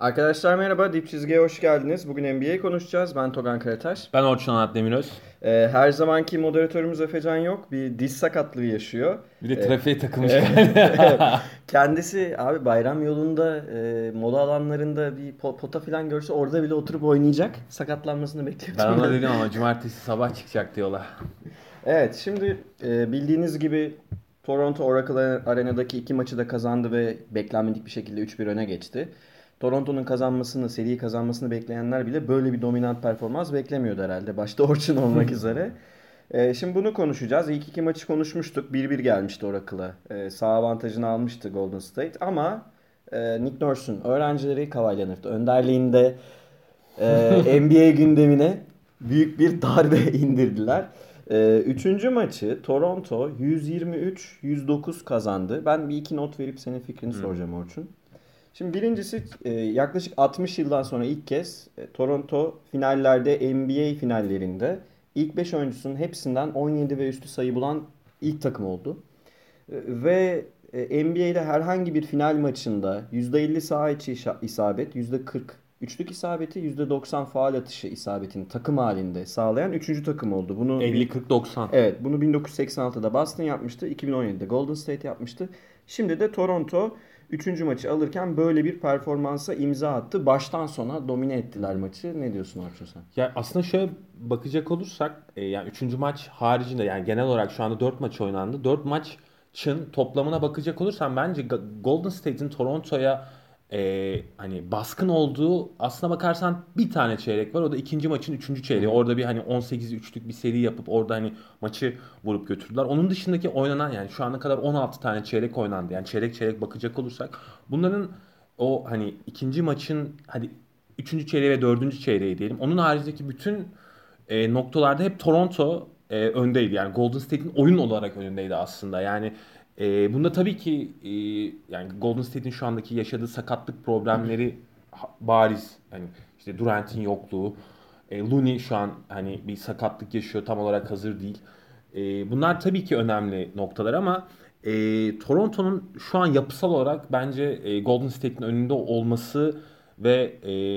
Arkadaşlar merhaba, Dip Çizgi'ye hoş geldiniz. Bugün NBA konuşacağız. Ben Togan Karataş. Ben Orçun Anat Demiröz. Her zamanki moderatörümüz Efecan yok. Bir diz sakatlığı yaşıyor. Bir de Ee, trafiğe takılmış galiba. Kendisi abi bayram yolunda, mola alanlarında bir pota falan görse orada bile oturup oynayacak. Sakatlanmasını Ben bekliyordum ona ben. dedim ama cumartesi sabah çıkacak diyorlar. Evet, şimdi bildiğiniz gibi Toronto Oracle Arena'daki iki maçı da kazandı ve beklenmedik bir şekilde 3-1 öne geçti. Toronto'nun kazanmasını, seriyi kazanmasını bekleyenler bile böyle bir dominant performans beklemiyordu herhalde. Başta Orçun olmak üzere. Şimdi bunu konuşacağız. İlk iki maçı konuşmuştuk. 1-1 gelmişti Oracle'a. Sağ avantajını almıştı Golden State ama Nick Nurse'un öğrencileri Kawhi Leonard önderliğinde NBA gündemine büyük bir darbe indirdiler. Üçüncü maçı Toronto 123-109 kazandı. Ben bir iki not verip senin fikrini soracağım Orçun. Şimdi birincisi yaklaşık 60 yıldan sonra ilk kez Toronto finallerde NBA finallerinde ilk 5 oyuncusunun hepsinden 17 ve üstü sayı bulan ilk takım oldu. Ve NBA'de herhangi bir final maçında %50 saha içi isabet, %40 üçlük isabeti, %90 faul atışı isabetini takım halinde sağlayan üçüncü takım oldu. Bunu 50-40-90. evet, bunu 1986'da Boston yapmıştı, 2017'de Golden State yapmıştı. Şimdi de Toronto üçüncü maçı alırken böyle bir performansa imza attı. Baştan sona domine ettiler maçı. Ne diyorsun Orçun sen? Ya aslında şöyle bakacak olursak yani 3. maç haricinde yani genel olarak şu anda 4 maç oynandı. 4 maçın toplamına bakacak olursam bence Golden State'in Toronto'ya hani baskın olduğu aslına bakarsan bir tane çeyrek var. O da ikinci maçın 3. Hı çeyreği. hı. Orada bir hani 18-3'lük bir seri yapıp orada hani maçı vurup götürdüler. Onun dışındaki oynanan yani şu ana kadar 16 tane çeyrek oynandı. Yani çeyrek çeyrek bakacak olursak bunların o hani ikinci maçın hadi üçüncü çeyreği ve dördüncü çeyreği diyelim. Onun haricindeki bütün noktalarda hep Toronto öndeydi. Yani Golden State'in oyun olarak önündeydi aslında. Yani bunda tabii ki yani Golden State'in şu andaki yaşadığı sakatlık problemleri bariz. Hani işte Durant'in yokluğu, Looney şu an hani bir sakatlık yaşıyor, tam olarak hazır değil. Bunlar tabii ki önemli noktalar ama Toronto'nun şu an yapısal olarak bence Golden State'in önünde olması ve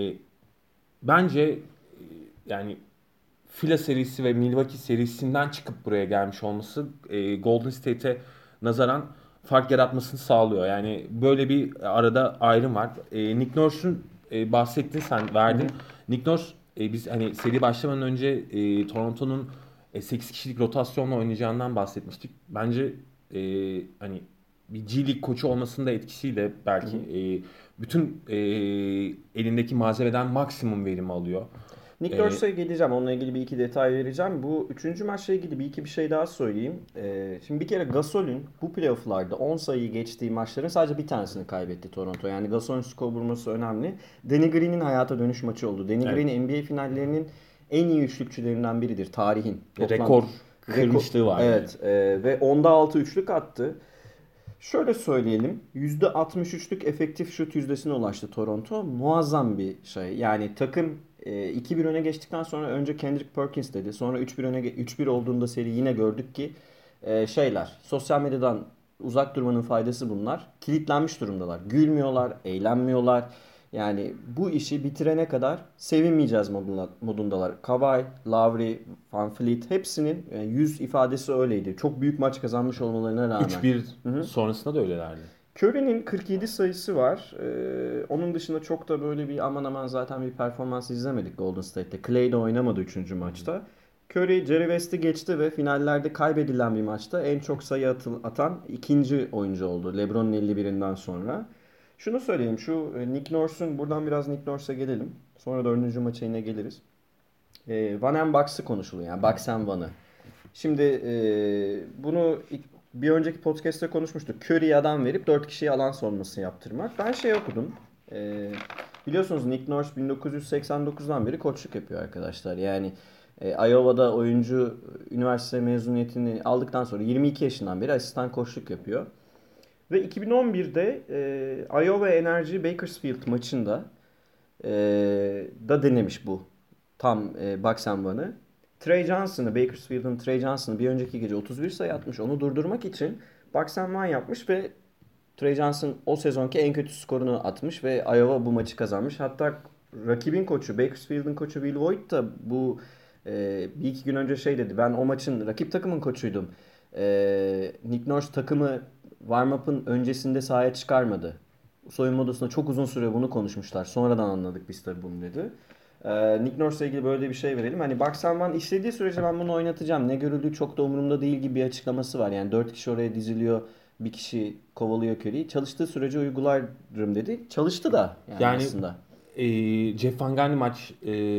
bence yani Fila serisi ve Milwaukee serisinden çıkıp buraya gelmiş olması Golden State'e nazaran fark yaratmasını sağlıyor. Yani böyle bir arada ayrım var. Nick Nurse'un bahsettin, sen Hı verdin. hı. Nick Nurse biz hani seri başlamadan önce Toronto'nun 8 kişilik rotasyonla oynayacağından bahsetmiştik. Bence hani bir G League koçu olmasının da etkisiyle Hı belki hı. bütün elindeki malzemeden maksimum verim alıyor. Nick E, Nurse'a geleceğim. Onunla ilgili bir iki detay vereceğim. Bu üçüncü maçla ilgili bir iki bir şey daha söyleyeyim. Şimdi bir kere Gasol'ün bu playoff'larda 10 sayıyı geçtiği maçların sadece bir tanesini kaybetti Toronto. Yani Gasol'ün skor vurması önemli. Danny Green'in hayata dönüş maçı oldu. Danny evet. Green NBA finallerinin en iyi üçlükçülerinden biridir. Tarihin. Toplam Rekor rekor. kırmışlığı var yani. Evet. Ve onda 6 üçlük attı. Şöyle söyleyelim. %63'lük efektif şut yüzdesine ulaştı Toronto. Muazzam bir şey. Yani takım 2-1 öne geçtikten sonra önce Kendrick Perkins dedi. Sonra 3-1 olduğunda seri yine gördük ki sosyal medyadan uzak durmanın faydası bunlar. Kilitlenmiş durumdalar. Gülmüyorlar, eğlenmiyorlar. Yani bu işi bitirene kadar sevinmeyeceğiz modundalar. Kawhi, Lowry, Van Fleet hepsinin yüz ifadesi öyleydi. Çok büyük maç kazanmış olmalarına rağmen. 3-1 Hı hı. sonrasında da öylelerdi. Curry'nin 47 sayısı var. Onun dışında çok da böyle bir aman aman zaten bir performans izlemedik Golden State'te. Clay de oynamadı üçüncü maçta. Curry, Jerry West'i geçti ve finallerde kaybedilen bir maçta en çok sayı atan ikinci oyuncu oldu. LeBron'un 51'inden sonra. Şunu söyleyeyim, şu Nick Nurse'un, buradan biraz Nick Nurse'a gelelim. Sonra dördüncü maça yine geliriz. One and Bucks'ı konuşuluyor, yani Bucks and One'ı. Şimdi bunu bir önceki podcast'te konuşmuştuk. Curry'ye adam verip 4 kişiye alan sorması yaptırmak. Ben şey okudum. E, Biliyorsunuz Nick Nurse 1989'dan beri koçluk yapıyor arkadaşlar. Yani Iowa'da oyuncu üniversite mezuniyetini aldıktan sonra 22 yaşından beri asistan koçluk yapıyor. Ve 2011'de Iowa Energy Bakersfield maçında da denemiş bu tam Bucks and One'ı. Bakersfield'ın Trey Johnson'ı bir önceki gece 31 sayı atmış. Onu durdurmak için Bucks and One yapmış ve Trey Johnson o sezonki en kötü skorunu atmış ve Iowa bu maçı kazanmış. Hatta rakibin koçu, Bakersfield'in koçu Will Voigt da bu bir iki gün önce şey dedi. Ben o maçın rakip takımın koçuydum. Nick Nurse takımı warm-up'ın öncesinde sahaya çıkarmadı. Soyunma odasında çok uzun süre bunu konuşmuşlar. Sonradan anladık biz tabii bunu dedi. Nick Nurse'la ilgili böyle bir şey verelim. Hani Buck Salman istediği sürece ben bunu oynatacağım. Ne görüldüğü çok da umurumda değil gibi bir açıklaması var. Yani 4 kişi oraya diziliyor. Bir kişi kovalıyor Curry'i. Çalıştığı sürece uygularım dedi. Çalıştı da yani Yani aslında. Jeff Van Gundy maç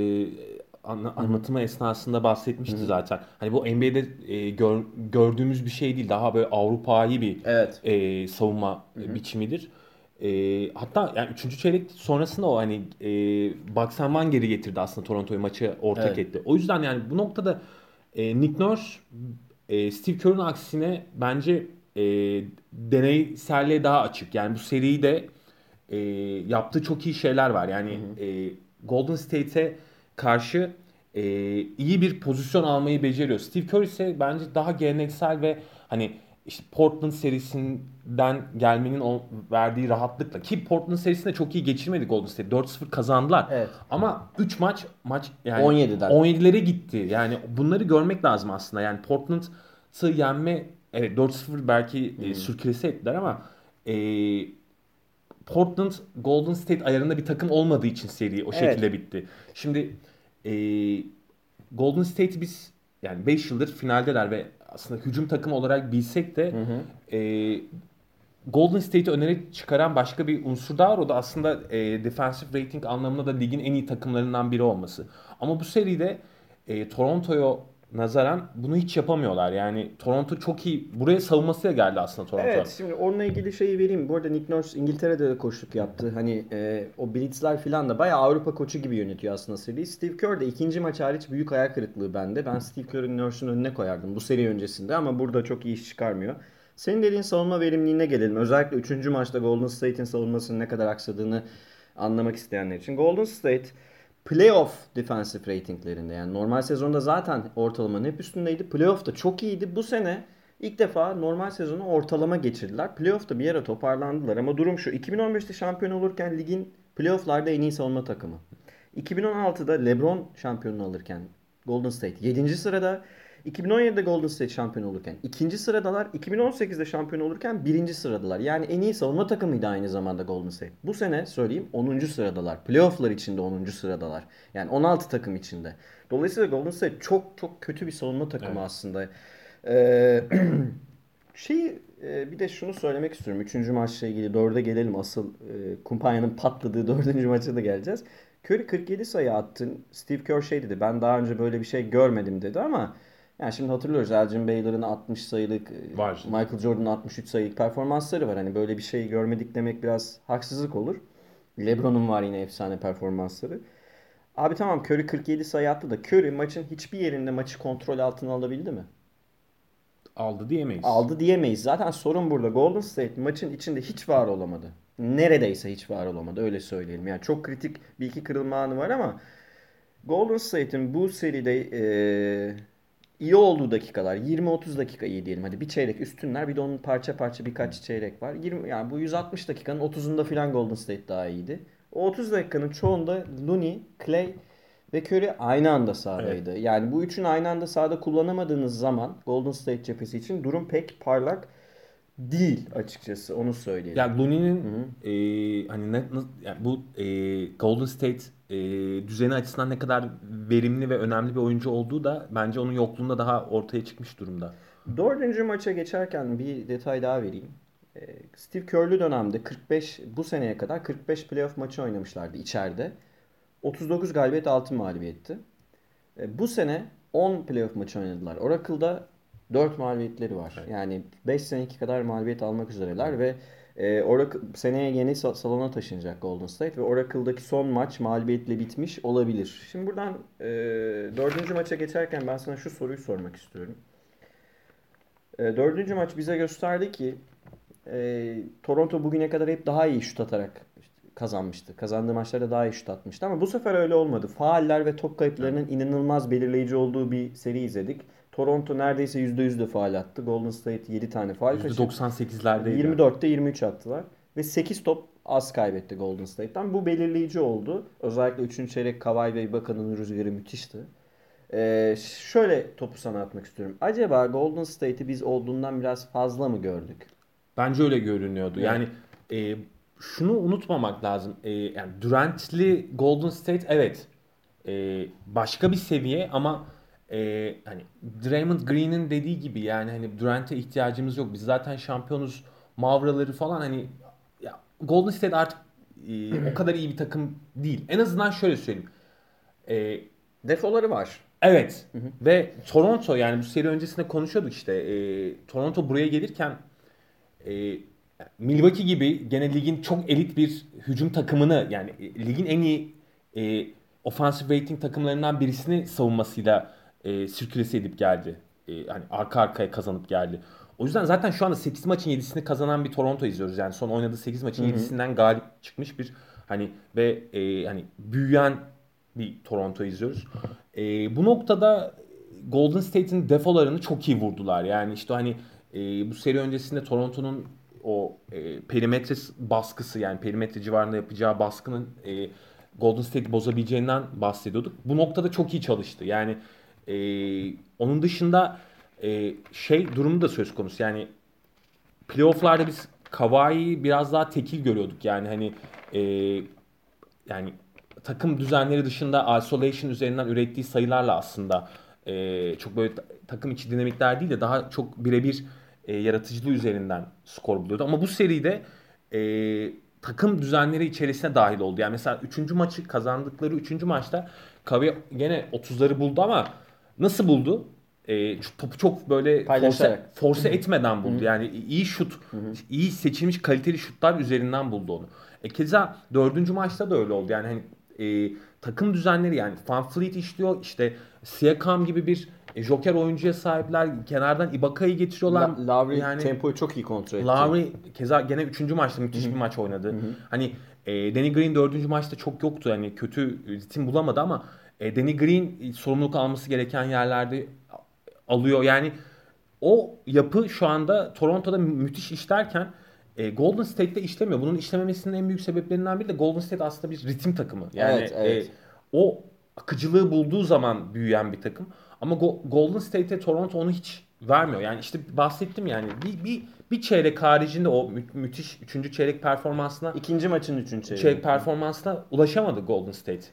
anlatımı esnasında bahsetmişti zaten. Hani bu NBA'de gördüğümüz bir şey değil. Daha böyle Avrupa'yı bir Evet. savunma biçimidir. Hatta yani 3. çeyrek sonrasında o hani Bucks Van geri getirdi aslında Toronto'yu maçı ortak Evet. etti. O yüzden yani bu noktada Nick Nurse Steve Kerr'ün aksine bence deneyselliğe daha açık. Yani bu seriyi de yaptığı çok iyi şeyler var. Yani Golden State'e karşı iyi bir pozisyon almayı beceriyor. Steve Kerr ise bence daha geleneksel ve hani işte Portland serisinden gelmenin verdiği rahatlıkla ki Portland serisinde çok iyi geçirmedi Golden State. 4-0 kazandılar. Evet. Ama 3 maç yani 17'den. 17'lere gitti. Yani bunları görmek lazım aslında. Yani Portland'ı yenme evet 4-0 belki sürklese ettiler ama e, Portland Golden State ayarında bir takım olmadığı için seri o Evet. şekilde bitti. Şimdi e, Golden State'i biz yani 5 yıldır finaldeler ve aslında hücum takımı olarak bilsek de e, Golden State'i öne çıkaran başka bir unsur daha var. O da aslında defensive rating anlamında da ligin en iyi takımlarından biri olması. Ama bu seride Toronto'ya nazaran bunu hiç yapamıyorlar. Yani Toronto çok iyi. Buraya savunmasıyla geldi aslında Toronto. Evet, şimdi onunla ilgili şeyi vereyim. Bu arada Nick Nurse İngiltere'de de koçluk yaptı. Hani o Blitz'ler falan da bayağı Avrupa koçu gibi yönetiyor aslında seriyi. Steve Kerr de ikinci maç hariç büyük hayal kırıklığı bende. Ben Steve Kerr'ün Nurse'un önüne koyardım bu seri öncesinde ama burada çok iyi iş çıkarmıyor. Senin dediğin savunma verimliliğine gelelim. Özellikle üçüncü maçta Golden State'in savunmasının ne kadar aksadığını anlamak isteyenler için. Golden State playoff defensive ratinglerinde yani normal sezonda zaten ortalamanın hep üstündeydi. Playoff'ta çok iyiydi. Bu sene ilk defa normal sezonu ortalama geçirdiler. Playoff'ta bir yere toparlandılar ama durum şu. 2015'te şampiyon olurken ligin playoff'larda en iyi savunma takımı. 2016'da LeBron şampiyonluğu alırken Golden State 7. sırada. 2017'de Golden State şampiyon olurken 2. sıradalar. 2018'de şampiyon olurken 1. sıradalar. Yani en iyi savunma takımıydı aynı zamanda Golden State. Bu sene söyleyeyim 10. sıradalar. Playoff'lar içinde 10. sıradalar. Yani 16 takım içinde. Dolayısıyla Golden State çok çok kötü bir savunma takımı Evet. aslında. Bir de şunu söylemek istiyorum. Üçüncü maçla ilgili dörde gelelim. Asıl kumpanyanın patladığı dördüncü maça da geleceğiz. Curry 47 sayı attı. Steve Kerr şey dedi. Ben daha önce böyle bir şey görmedim dedi ama yani şimdi hatırlıyoruz. Elgin Baylor'ın 60 sayılık, Var canım. Michael Jordan'ın 63 sayılık performansları var. Hani böyle bir şey görmedik demek biraz haksızlık olur. LeBron'un var yine efsane performansları. Abi tamam Curry 47 sayı attı da Curry maçın hiçbir yerinde maçı kontrol altına alabildi mi? Aldı diyemeyiz. Aldı diyemeyiz. Zaten sorun burada. Golden State maçın içinde hiç var olamadı. Neredeyse hiç var olamadı. Öyle söyleyelim. Yani çok kritik bir iki kırılma anı var ama Golden State'in bu seride iyi olduğu dakikalar 20-30 dakika iyi diyelim. Hadi bir çeyrek üstünler bir de onun parça parça birkaç çeyrek var. 20, yani bu 160 dakikanın 30'unda falan Golden State daha iyiydi. O 30 dakikanın çoğunda Looney, Clay ve Curry aynı anda Evet. sahadaydı. Yani bu üçünü aynı anda sahada kullanamadığınız zaman Golden State cephesi için durum pek parlak değil açıkçası. Onu söyleyelim. Ya Looney'nin Hı hı. hani yani bu Golden State düzeni açısından ne kadar verimli ve önemli bir oyuncu olduğu da bence onun yokluğunda daha ortaya çıkmış durumda. Dördüncü maça geçerken bir detay daha vereyim. Steve Kerr'lü dönemde 45 bu seneye kadar 45 playoff maçı oynamışlardı içeride. 39 galibiyet 6 mağlubiyetti. Bu sene 10 playoff maçı oynadılar. Oracle'da 4 mağlubiyetleri var. Evet. Yani 5 seneki kadar mağlubiyet almak üzereler ve Oracle seneye yeni salona taşınacak Golden State ve Oracle'daki son maç mağlubiyetle bitmiş olabilir. Şimdi buradan dördüncü maça geçerken ben sana şu soruyu sormak istiyorum. Dördüncü maç bize gösterdi ki Toronto bugüne kadar hep daha iyi şut atarak kazanmıştı. Kazandığı maçlarda daha iyi şut atmıştı ama bu sefer öyle olmadı. Fauller ve top Evet. kayıplarının inanılmaz belirleyici olduğu bir seri izledik. Toronto neredeyse %100 de faul attı. Golden State 7 tane faul kaçırdı. %98'lerdeydi. 24'te 23 attılar. Ve 8 top az kaybetti Golden State'ten. Bu belirleyici oldu. Özellikle 3. çeyrek Kawhi ve Ibaka'nın rüzgarı müthişti. Şöyle topu sana atmak istiyorum. Acaba Golden State'i biz olduğundan biraz fazla mı gördük? Bence öyle görünüyordu. Evet. Yani şunu unutmamak lazım. Yani Durant'li Golden State evet başka bir seviye ama hani Draymond Green'in dediği gibi yani hani Durant'e ihtiyacımız yok. Biz zaten şampiyonuz mavraları falan hani ya Golden State artık o kadar iyi bir takım değil. En azından şöyle söyleyeyim. E, Defoları var. evet ve Toronto yani bu seri öncesinde konuşuyorduk işte. Toronto buraya gelirken e, Milwaukee gibi gene ligin çok elit bir hücum takımını yani ligin en iyi offensive rating takımlarından birisini savunmasıyla sirkülese edip geldi. Hani arka arkaya kazanıp geldi. O yüzden zaten şu anda 8 maçın 7'sini kazanan bir Toronto izliyoruz. Yani son oynadığı 8 maçın 7'sinden galip çıkmış bir hani ve hani büyüyen bir Toronto izliyoruz. Bu noktada Golden State'in defolarını çok iyi vurdular. Yani işte hani bu seri öncesinde Toronto'nun o perimetre baskısı yani perimetre civarında yapacağı baskının Golden State'i bozabileceğinden bahsediyorduk. Bu noktada çok iyi çalıştı. Yani onun dışında şey durumu da söz konusu. Yani playoff'larda biz Kawhi'yi biraz daha tekil görüyorduk. Yani hani e, yani takım düzenleri dışında isolation üzerinden ürettiği sayılarla aslında çok böyle takım içi dinamikler değil de daha çok birebir yaratıcılığı üzerinden skor buluyordu. Ama bu seride takım düzenleri içerisine dahil oldu. Yani mesela 3. maçı kazandıkları 3. maçta Kawhi gene 30'ları buldu ama nasıl buldu? Topu çok böyle Paylaşarak. force etmeden buldu. Yani iyi şut, iyi seçilmiş kaliteli şutlar üzerinden buldu onu. Keza 4. maçta da öyle oldu. Yani hani takım düzenleri yani VanVleet işliyor. İşte Siakam gibi bir joker oyuncuya sahipler. Kenardan Ibaka'yı getiriyorlar. Lowry Yani tempoyu çok iyi kontrol etti. Lowry keza gene 3. maçta müthiş bir maç oynadı. Hani Danny Green 4. maçta çok yoktu. Hani kötü ritim bulamadı ama Danny Green sorumluluk alması gereken yerlerde alıyor. Yani o yapı şu anda Toronto'da müthiş işlerken Golden State'te işlemiyor. Bunun işlememesinin en büyük sebeplerinden biri de Golden State aslında bir ritim takımı. Yani Evet, evet. o akıcılığı bulduğu zaman büyüyen bir takım. Ama Golden State'e Toronto onu hiç vermiyor. Yani işte bahsettim yani bir çeyrek haricinde o müthiş 3. çeyrek performansına İkinci maçın 3. çeyreği. çeyrek performansına ulaşamadı Golden State.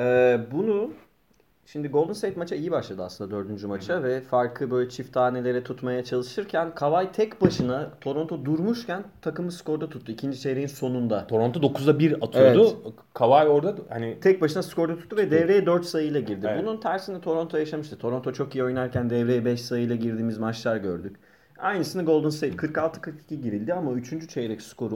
Bunu şimdi Golden State maça iyi başladı aslında 4. maça ve farkı böyle çift tanelere tutmaya çalışırken Kawhi tek başına Toronto durmuşken takımı skorda tuttu ikinci çeyreğin sonunda. Toronto 9'da 1 atıyordu. Evet. Kawhi orada hani Tek başına skorda tuttu ve devreye 4 sayıyla girdi. Evet. Bunun tersini Toronto yaşamıştı. Toronto çok iyi oynarken devreye 5 sayıyla girdiğimiz maçlar gördük. Aynısını Golden State 46-42 girildi ama 3. çeyrek skoru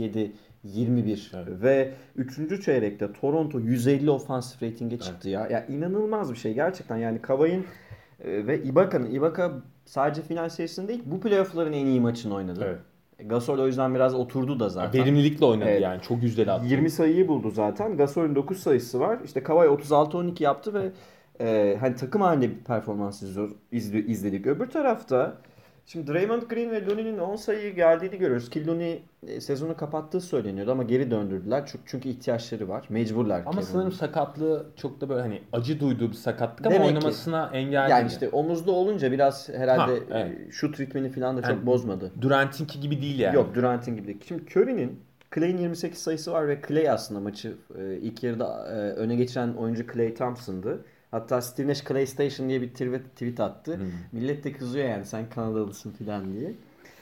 37-21 Evet. ve 3. çeyrekte Toronto 150 ofansif ratinge çıktı ya. Ya inanılmaz bir şey gerçekten. Yani Kawhi'nin ve Ibaka sadece final serisinde değil bu playoff'ların en iyi maçını oynadı. evet. Gasol o yüzden biraz oturdu da zaten. Verimlilikle oynadı Evet. yani. Çok yüzdeli attı. 20 sayıyı buldu zaten. Gasol'ün 9 sayısı var. İşte Kawhi 36-12 yaptı ve hani takım halinde bir performans izledik. Öbür tarafta şimdi Draymond Green ve Looney'nin 10 sayı geldiğini görüyoruz. Ki Looney sezonu kapattığı söyleniyordu ama geri döndürdüler. Çünkü ihtiyaçları var. Mecburlar. Ama Kevin sanırım Looney. sakatlığı çok da böyle hani acı duyduğu bir sakatlık ama Demek ki. oynamasına engel Yani değil. işte omuzda olunca biraz herhalde Ha, evet. şut ritmini falan da çok Yani bozmadı. Durant'inki gibi değil yani. Yok Durant'in gibi değil. Şimdi Curry'nin Clay'in 28 sayısı var ve Clay aslında maçı ilk yarıda öne geçiren oyuncu Klay Thompson'dı. Hatta Steve Nash Clay Station diye bir tweet attı. Millet de kızıyor yani sen Kanadalısın falan diye.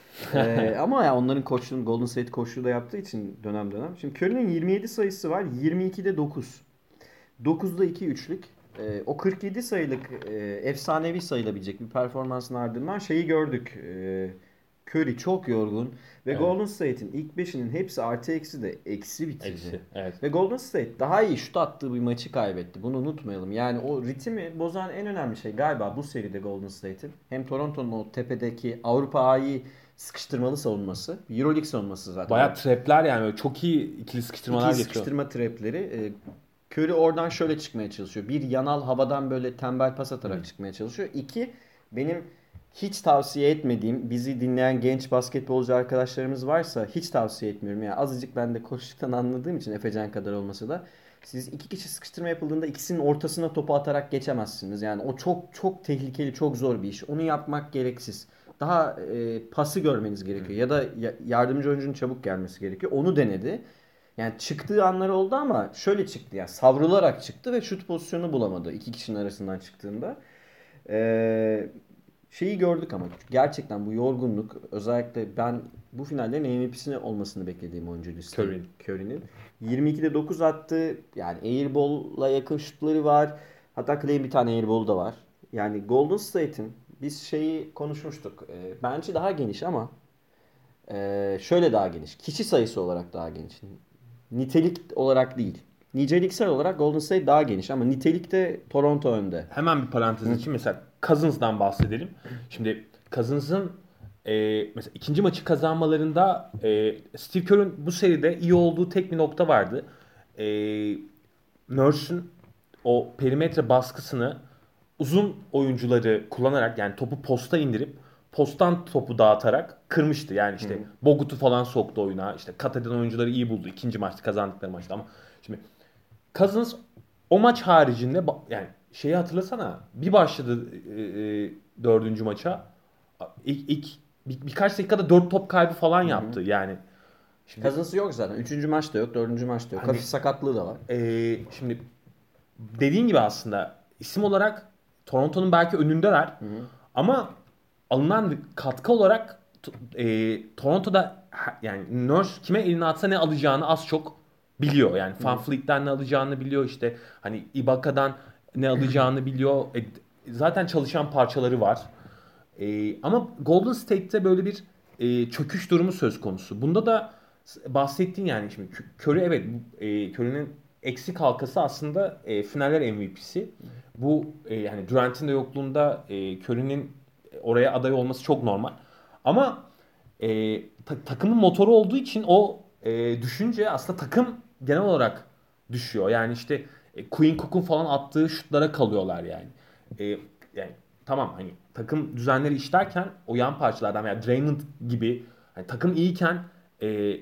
Ama ya onların koçluğunu Golden State koçluğu da yaptığı için dönem dönem. Şimdi Curry'nin 27 sayısı var. 22'de 9. 9'da 2 üçlük. O 47 sayılık efsanevi sayılabilecek bir performansın ardından şeyi gördük. Curry çok yorgun ve Evet. Golden State'in ilk 5'inin hepsi artı eksi de eksi bitirdi. Eksi. Evet. Ve Golden State daha iyi şut attığı bir maçı kaybetti. Bunu unutmayalım. Yani o ritmi bozan en önemli şey galiba bu seride Golden State'in hem Toronto'nun o tepedeki Avrupa A'yı sıkıştırmalı savunması, EuroLeague savunması zaten. Bayağı trapler yani böyle çok iyi ikili sıkıştırmalar İki getiriyor. sıkıştırma trapleri. Curry oradan şöyle çıkmaya çalışıyor. Bir yanal havadan böyle tembel pas atarak çıkmaya çalışıyor. İki benim hiç tavsiye etmediğim, bizi dinleyen genç basketbolcu arkadaşlarımız varsa hiç tavsiye etmiyorum. Yani azıcık ben de koştuktan anladığım için Efecan kadar olmasa da siz iki kişi sıkıştırma yapıldığında ikisinin ortasına topu atarak geçemezsiniz. Yani o çok çok tehlikeli, çok zor bir iş. Onu yapmak gereksiz. Daha pası görmeniz gerekiyor ya da yardımcı oyuncunun çabuk gelmesi gerekiyor. Onu denedi. Yani çıktığı anlar oldu ama şöyle çıktı, yani savrularak çıktı ve şut pozisyonu bulamadı iki kişinin arasından çıktığında. Ee, Şeyi gördük ama gerçekten bu yorgunluk, özellikle ben bu finallerin MVP'sini olmasını beklediğim oyuncu Steve Curry. Curry'nin. 22'de 9 attı. Yani airball'la yakın şutları var. Hatta Clay'in bir tane airball'u da var. Yani Golden State'in biz şeyi konuşmuştuk. Bence daha geniş ama şöyle daha geniş. Kişi sayısı olarak daha geniş. Nitelik olarak değil. Niceliksel olarak Golden State daha geniş ama nitelikte Toronto önde. Hemen bir parantez için mesela Cousins'dan bahsedelim. Şimdi Cousins'ın mesela ikinci maçı kazanmalarında Steve Kerr'ün bu seride iyi olduğu tek bir nokta vardı. E, Nurse'ün o perimetre baskısını uzun oyuncuları kullanarak, yani topu posta indirip posttan topu dağıtarak kırmıştı. Yani işte Bogut'u falan soktu oyuna. İşte kat eden oyuncuları iyi buldu ikinci maçta, kazandıkları maçta. Ama şimdi Cousins o maç haricinde yani şeyi hatırlasana, bir başladı dördüncü maça, ilk birkaç dakikada 4 top kaybı falan yaptı. Yani şimdi Kazansı yok zaten. Üçüncü maçta yok, dördüncü maçta yok. hani Hafif sakatlığı da var. şimdi dediğin gibi aslında isim olarak Toronto'nun belki önündeler. Ama alınan katkı olarak Toronto'da yani Nurse kime elini atsa ne alacağını az çok biliyor. Yani Van ne alacağını biliyor, işte hani Ibaka'dan ne alacağını biliyor. Zaten çalışan parçaları var. Ama Golden State'te böyle bir çöküş durumu söz konusu. Bunda da bahsettiğin, yani şimdi Curry, evet, Curry'nin eksik halkası aslında finaller MVP'si. Bu yani Durant'in de yokluğunda Curry'nin oraya aday olması çok normal. Ama takımın motoru olduğu için o düşünce aslında takım genel olarak düşüyor. Yani işte Quinn Cook'un falan attığı şutlara kalıyorlar yani. E, Yani tamam, hani takım düzenleri işlerken o yan parçalardan veya Draymond gibi, hani takım iyiyken e,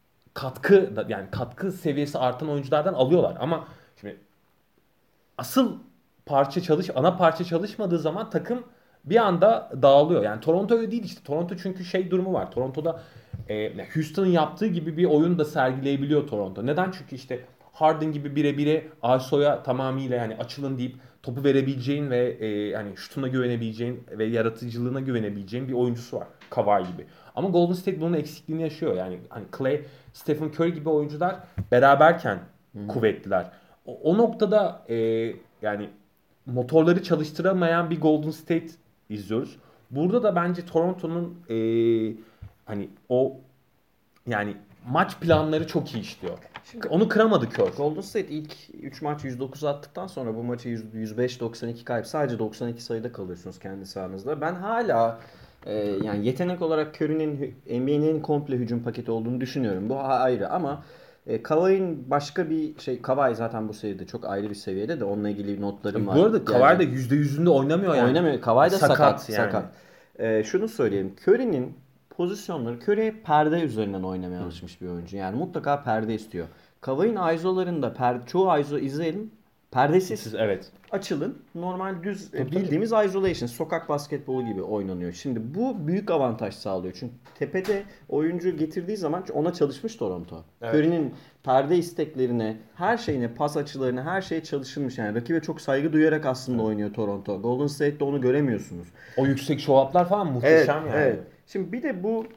yani katkı seviyesi artan oyunculardan alıyorlar. Ama şimdi asıl ana parça çalışmadığı zaman takım bir anda dağılıyor. Yani Toronto öyle değil işte. Toronto çünkü şey durumu var. Toronto'da Houston'ın yaptığı gibi bir oyun da sergileyebiliyor Toronto. Neden? Çünkü işte Harden gibi bire bire Ayso'ya tamamıyla yani açılın deyip topu verebileceğin ve hani şutuna güvenebileceğin ve yaratıcılığına güvenebileceğin bir oyuncusu var. Kawhi gibi. Ama Golden State bunun eksikliğini yaşıyor. Yani hani Clay, Stephen Curry gibi oyuncular beraberken kuvvetliler. O noktada yani motorları çalıştıramayan bir Golden State izliyoruz. Burada da bence Toronto'nun hani o yani maç planları çok iyi işliyor. Şimdi Onu kıramadı Kör. Golden State ilk 3 maç 109 attıktan sonra bu maçı 105-92 kayıp. Sadece 92 sayıda kalıyorsunuz kendi sahanızda. Ben hala yani yetenek olarak Curry'nin NBA'nin komple hücum paketi olduğunu düşünüyorum. Bu ayrı ama Kawhi'nin başka bir şey. Kawhi zaten bu seviyede çok ayrı bir seviyede de onunla ilgili notlarım var. Bu arada Kawhi de %100'ünde oynamıyor yani. Oynamıyor. Kawhi da sakat. Yani. Sakat. Şunu söyleyeyim. Curry'nin pozisyonları, Curry perde üzerinden oynamaya alışmış bir oyuncu. Yani mutlaka perde istiyor. Kawhi'nin ISO'larında çoğu ISO izleyelim. Perdesiz. Evet. Açılın. Normal düz Tabii, bildiğimiz isolation. Sokak basketbolu gibi oynanıyor. Şimdi bu büyük avantaj sağlıyor. Çünkü tepede oyuncu getirdiği zaman ona çalışmış Toronto. Evet. Curry'nin perde isteklerine, her şeyine, pas açılarına, her şeye çalışılmış. Yani rakibe çok saygı duyarak aslında oynuyor Toronto. Golden State'de onu göremiyorsunuz. O yüksek show-up'lar falan muhteşem yani. Evet. Şimdi bir de bu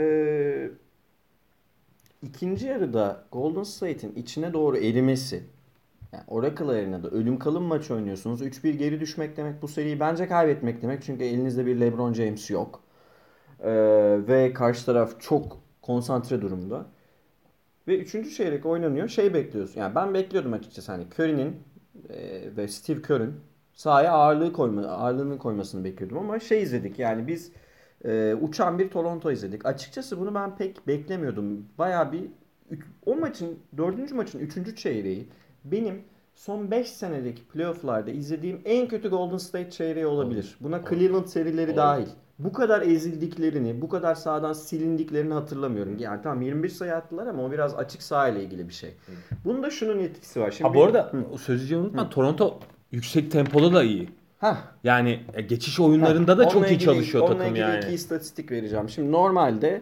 ikinci yarıda Golden State'in içine doğru erimesi. Yani Oracle Arena'da ölüm kalım maç oynuyorsunuz. 3-1 geri düşmek demek bu seriyi bence kaybetmek demek. Çünkü elinizde bir LeBron James yok. Ve karşı taraf çok konsantre durumda. Ve üçüncü çeyrek oynanıyor. Şey bekliyorsun. Yani ben bekliyordum açıkçası, hani Curry'nin ve Steve Kerr'ün sahaya ağırlığını koymasını bekliyordum ama şey izledik. Yani biz uçan bir Toronto izledik. Açıkçası bunu ben pek beklemiyordum. Bayağı bir o maçın dördüncü maçın üçüncü çeyreği benim son 5 senedeki playoff'larda izlediğim en kötü Golden State çeyreği olabilir. Buna Cleveland serileri Olabilir. dahil. Bu kadar ezildiklerini, bu kadar sahadan silindiklerini hatırlamıyorum. Yani tamam 21 sayı attılar ama o biraz açık saha ile ilgili bir şey. Bunda şunun etkisi var. Şimdi Ha bu arada o sözcüğü unutma. Toronto yüksek tempoda da iyi. Hah. Yani geçiş oyunlarında da çok iyi çalışıyor onunla takım ilgili yani. iki istatistik vereceğim. Şimdi normalde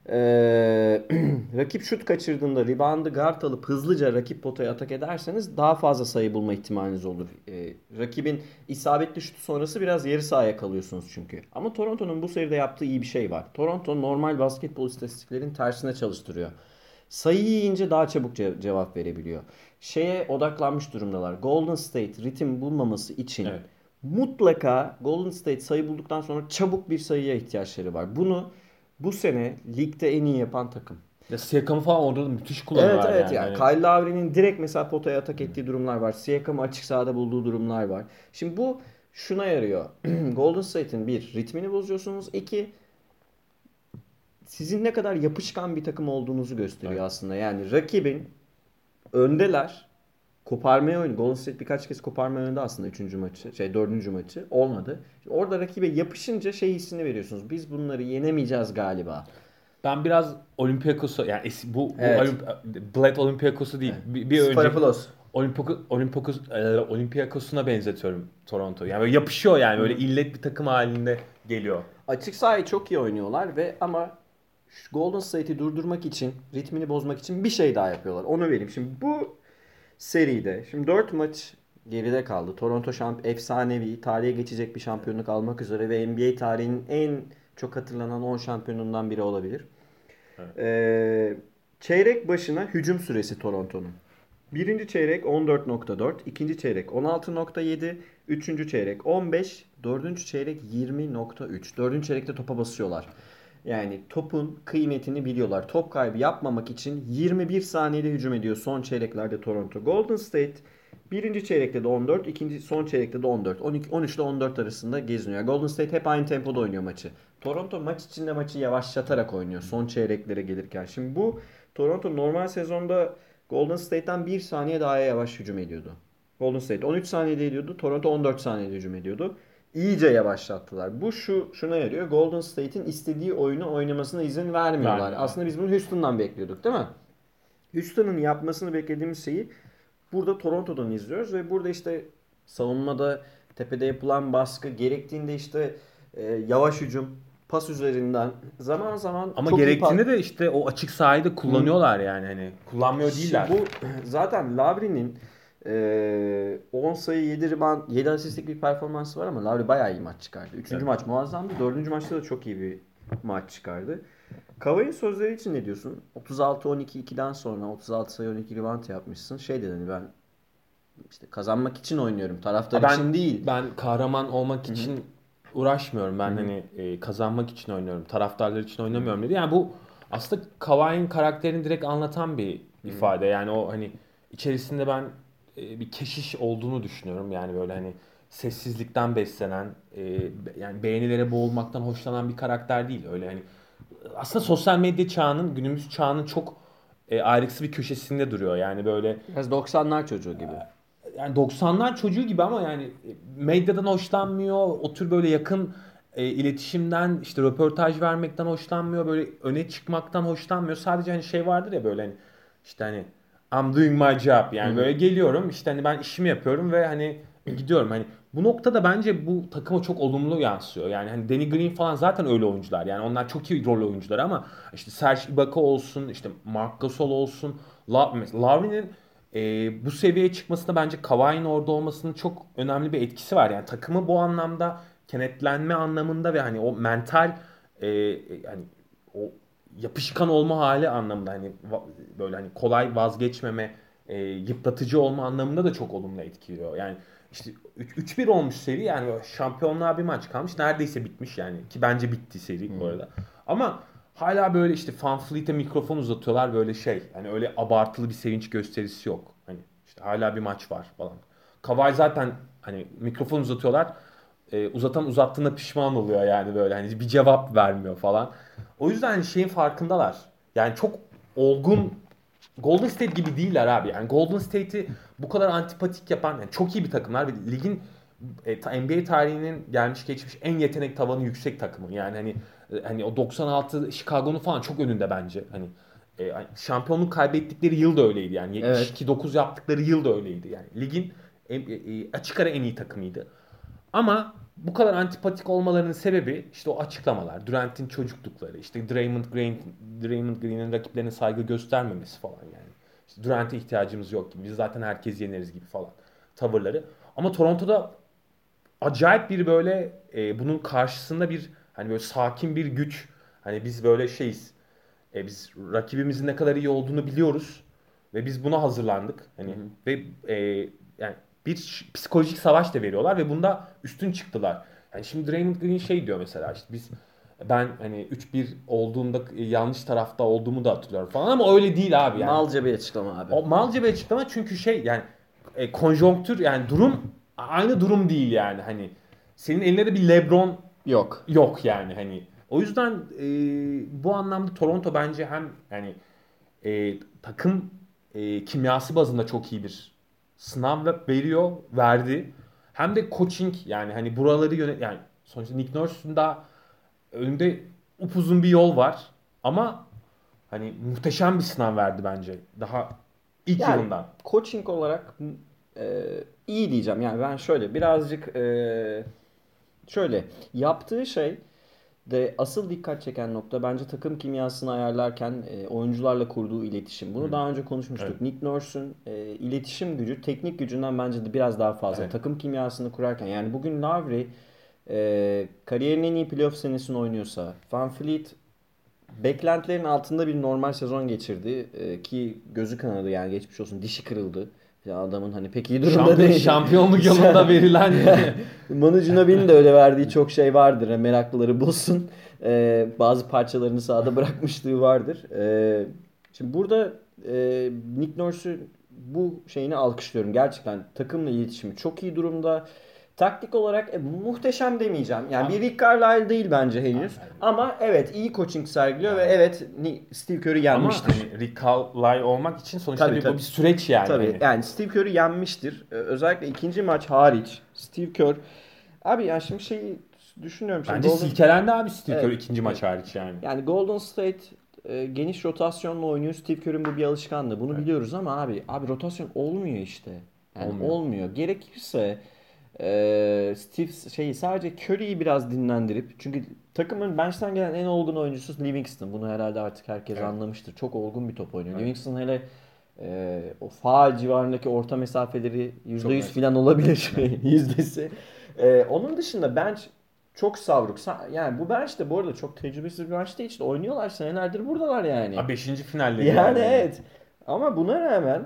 rakip şut kaçırdığında reboundı guard alıp hızlıca rakip potaya atak ederseniz daha fazla sayı bulma ihtimaliniz olur. Rakibin isabetli şutu sonrası biraz yarı sahaya kalıyorsunuz çünkü. Ama Toronto'nun bu seride yaptığı iyi bir şey var. Toronto normal basketbol istatistiklerin tersine çalıştırıyor. Sayı yiyince daha çabuk cevap verebiliyor. Şeye odaklanmış durumdalar. Golden State ritim bulmaması için Evet. mutlaka Golden State sayı bulduktan sonra çabuk bir sayıya ihtiyaçları var. Bunu bu sene ligde en iyi yapan takım. Ya Siakam'ı falan orada da müthiş Evet kullanıyorlar evet yani. yani Kyle Lowry'nin direkt mesela potaya atak ettiği durumlar var. Siakam'ı açık sahada bulduğu durumlar var. Şimdi bu şuna yarıyor. Golden State'in bir ritmini bozuyorsunuz. İki sizin ne kadar yapışkan bir takım olduğunuzu gösteriyor Evet. aslında. Yani rakibin öndeler. Koparmaya oynadı. Golden State birkaç kez koparmaya oynadı aslında 3. maçı. 4. maçı. Olmadı. Şimdi orada rakibe yapışınca şey hissini veriyorsunuz. Biz bunları yenemeyeceğiz galiba. Ben biraz Olympiakos'u yani bu Evet. Bled Olympiakos'u değil. Bir önceki Sparapoulos. Olympiakos'una benzetiyorum Toronto. Yani böyle yapışıyor yani böyle illet bir takım halinde geliyor. Açık sahayı çok iyi oynuyorlar ve ama şu Golden State'i durdurmak için, ritmini bozmak için bir şey daha yapıyorlar. Onu vereyim. Şimdi bu seride, şimdi 4 maç geride kaldı. Toronto efsanevi, tarihe geçecek bir şampiyonluk almak üzere ve NBA tarihinin en çok hatırlanan 10 şampiyonundan biri olabilir. Evet. Çeyrek başına hücum süresi Toronto'nun. Birinci çeyrek 14.4, ikinci çeyrek 16.7, üçüncü çeyrek 15, dördüncü çeyrek 20.3. Dördüncü çeyrekte topa basıyorlar. Yani topun kıymetini biliyorlar. Top kaybı yapmamak için 21 saniyede hücum ediyor son çeyreklerde Toronto. Golden State birinci çeyrekte de 14, ikinci son çeyrekte de 14. 12, 13 ile 14 arasında geziniyor. Golden State hep aynı tempoda oynuyor maçı. Toronto maç içinde maçı yavaşlatarak oynuyor son çeyreklere gelirken. Şimdi bu Toronto normal sezonda Golden State'ten 1 saniye daha yavaş hücum ediyordu. Golden State 13 saniyede ediyordu. Toronto 14 saniyede hücum ediyordu. İyice yavaşlattılar. Bu şuna yarıyor. Golden State'in istediği oyunu oynamasına izin vermiyorlar. Vermiyor. Aslında biz bunu Houston'dan bekliyorduk, değil mi? Houston'ın yapmasını beklediğimiz şeyi burada Toronto'dan izliyoruz ve burada işte savunmada tepede yapılan baskı gerektiğinde işte yavaş hücum pas üzerinden zaman zaman Ama çok iyi gerektiğinde de işte o açık sahayı da kullanıyorlar yani hani kullanmıyor değiller. bu zaten Lavri'nin 10 sayı 7 rebound 7 asistlik bir performansı var ama Lavri bayağı iyi maç çıkardı. 3. Evet. maç muazzamdı. 4. maçta da çok iyi bir maç çıkardı. Kavai'nin sözleri için ne diyorsun? 36-12-2'den sonra 36 sayı 12 rebound yapmışsın. Şey dedin hani ben işte kazanmak için oynuyorum. Taraftar için değil. Ben kahraman olmak için uğraşmıyorum. Ben hani kazanmak için oynuyorum. Taraftarlar için oynamıyorum dedi. Yani bu aslında Kawhi'nin karakterini direkt anlatan bir ifade. Yani o hani içerisinde ben bir keşiş olduğunu düşünüyorum. Yani böyle hani sessizlikten beslenen, yani beğenilere boğulmaktan hoşlanan bir karakter değil. Öyle hani aslında sosyal medya çağının, günümüz çağının çok ayrıksı bir köşesinde duruyor. Yani böyle Biraz 90'lar çocuğu gibi. yani 90'lar çocuğu gibi ama yani medyadan hoşlanmıyor. O tür böyle yakın iletişimden işte röportaj vermekten hoşlanmıyor. Böyle öne çıkmaktan hoşlanmıyor. Sadece hani şey vardır ya böyle hani işte hani I'm doing my job yani böyle geliyorum işte hani ben işimi yapıyorum ve hani gidiyorum. Hani bu noktada bence bu takıma çok olumlu yansıyor. Yani hani Danny Green falan zaten öyle oyuncular. Yani onlar çok iyi rol oyuncular ama işte Serge Ibaka olsun, işte Marc Gasol olsun, Lowry'nin bu seviyeye çıkmasında bence Kawhi'nin orada olmasının çok önemli bir etkisi var. Yani takımı bu anlamda kenetlenme anlamında ve hani o mental hani o yapışkan olma hali anlamında hani böyle hani kolay vazgeçmeme, yıpratıcı olma anlamında da çok olumlu etkiliyor. Yani işte 3-1 olmuş seri yani şampiyonluğa bir maç kalmış. Neredeyse bitmiş yani ki bence bitti seri bu arada. Ama hala böyle işte Fanfleet'e mikrofon uzatıyorlar böyle şey. Hani öyle abartılı bir sevinç gösterisi yok. Hani işte hala bir maç var falan. Kawhi zaten hani mikrofon uzatıyorlar. Uzatan uzattığında pişman oluyor yani böyle hani bir cevap vermiyor falan. O yüzden hani şeyin farkındalar. Yani çok olgun Golden State gibi değiller abi. Yani Golden State'i bu kadar antipatik yapan yani çok iyi bir takımlar ve ligin NBA tarihinin gelmiş geçmiş en yetenek tavanı yüksek takımı. Yani hani o 96 Chicago'nun falan çok önünde bence. Hani şampiyonluk kaybettikleri yıl da öyleydi. Yani Evet. 72-9 yaptıkları yıl da öyleydi. Yani ligin açık ara en iyi takımıydı. Ama bu kadar antipatik olmalarının sebebi işte o açıklamalar, Durant'in çocuklukları, işte Draymond Green'in rakiplerine saygı göstermemesi falan yani. İşte Durant'e ihtiyacımız yok gibi, biz zaten herkes yeneriz gibi falan tavırları. Ama Toronto'da acayip bir böyle bunun karşısında bir hani böyle sakin bir güç. Hani biz böyle şeyiz. Biz rakibimizin ne kadar iyi olduğunu biliyoruz ve biz buna hazırlandık. Hı Hani hı. ve yani bir psikolojik savaş da veriyorlar ve bunda üstün çıktılar. Yani şimdi Draymond Green şey diyor mesela işte ben hani 3-1 olduğunda yanlış tarafta olduğumu da hatırlıyorum falan ama öyle değil abi yani. Malca bir açıklama abi. O malca bir açıklama çünkü şey yani konjonktür yani durum aynı durum değil yani hani senin elinde de bir LeBron Yok. yok yani hani o yüzden bu anlamda Toronto bence hem yani takım kimyası bazında çok iyi bir sınav verdi. Hem de coaching yani hani buraları yani sonuçta Nick Nurse'un da önünde upuzun bir yol var ama hani muhteşem bir sınav verdi bence daha ilk Yani yılından. coaching olarak iyi diyeceğim. Yani ben şöyle birazcık şöyle yaptığı şey de asıl dikkat çeken nokta bence takım kimyasını ayarlarken oyuncularla kurduğu iletişim. Bunu Hı. daha önce Evet. konuşmuştuk. Nick Nurse'un iletişim gücü teknik gücünden bence de biraz daha fazla. Evet. Takım kimyasını kurarken yani bugün Lowry kariyerinin en iyi playoff senesini oynuyorsa Van Fleet beklentilerin altında bir normal sezon geçirdi. Ki gözü kanadı yani geçmiş olsun dişi kırıldı. Ya adamın hani pek iyi durumda değil. Şampiyonluk yılında verilen Manu Ginobili'nin de öyle verdiği çok şey vardır. Yani meraklıları bulsun. Bazı parçalarını sahada bırakmışlığı vardır. Şimdi burada Nick Nurse'u bu şeyini alkışlıyorum. Gerçekten takımla iletişimi çok iyi durumda. Taktik olarak muhteşem demeyeceğim. Yani bir Abi, Rick Carlisle değil bence henüz. abi, Ama evet iyi coaching sergiliyor ve yani evet Steve Curry ama yenmiştir. hani Rick Carlisle olmak için sonuçta Tabii bu tabii. bir süreç yani Tabii hani. yani Steve Curry yenmiştir. Özellikle ikinci maç hariç Steve Kerr. Abi yani şimdi şeyi düşünüyorum şimdi Bence Golden silkelendi abi Steve Kerr evet, ikinci evet. maç hariç yani. Yani Golden State geniş rotasyonla oynuyor. Steve Kerr'in bu bir alışkanlığı. Bunu Evet, biliyoruz ama abi rotasyon olmuyor işte. Yani olmuyor. olmuyor. Gerekirse Steve şeyi sadece Curry'i biraz dinlendirip çünkü takımın bench'ten gelen en olgun oyuncusu Livingston. Bunu herhalde artık herkes Evet, anlamıştır. Çok olgun bir top oynuyor. evet. Livingston hele o faal civarındaki orta mesafeleri Çok %100 net. falan olabilir Net. yüzdesi. Onun dışında bench çok savruk. Yani bu bench de bu arada çok tecrübesiz bir bench değil. İşte oynuyorlar senelerdir buradalar yani. Abi 5. finalleri Yani yani hani. evet. Ama buna rağmen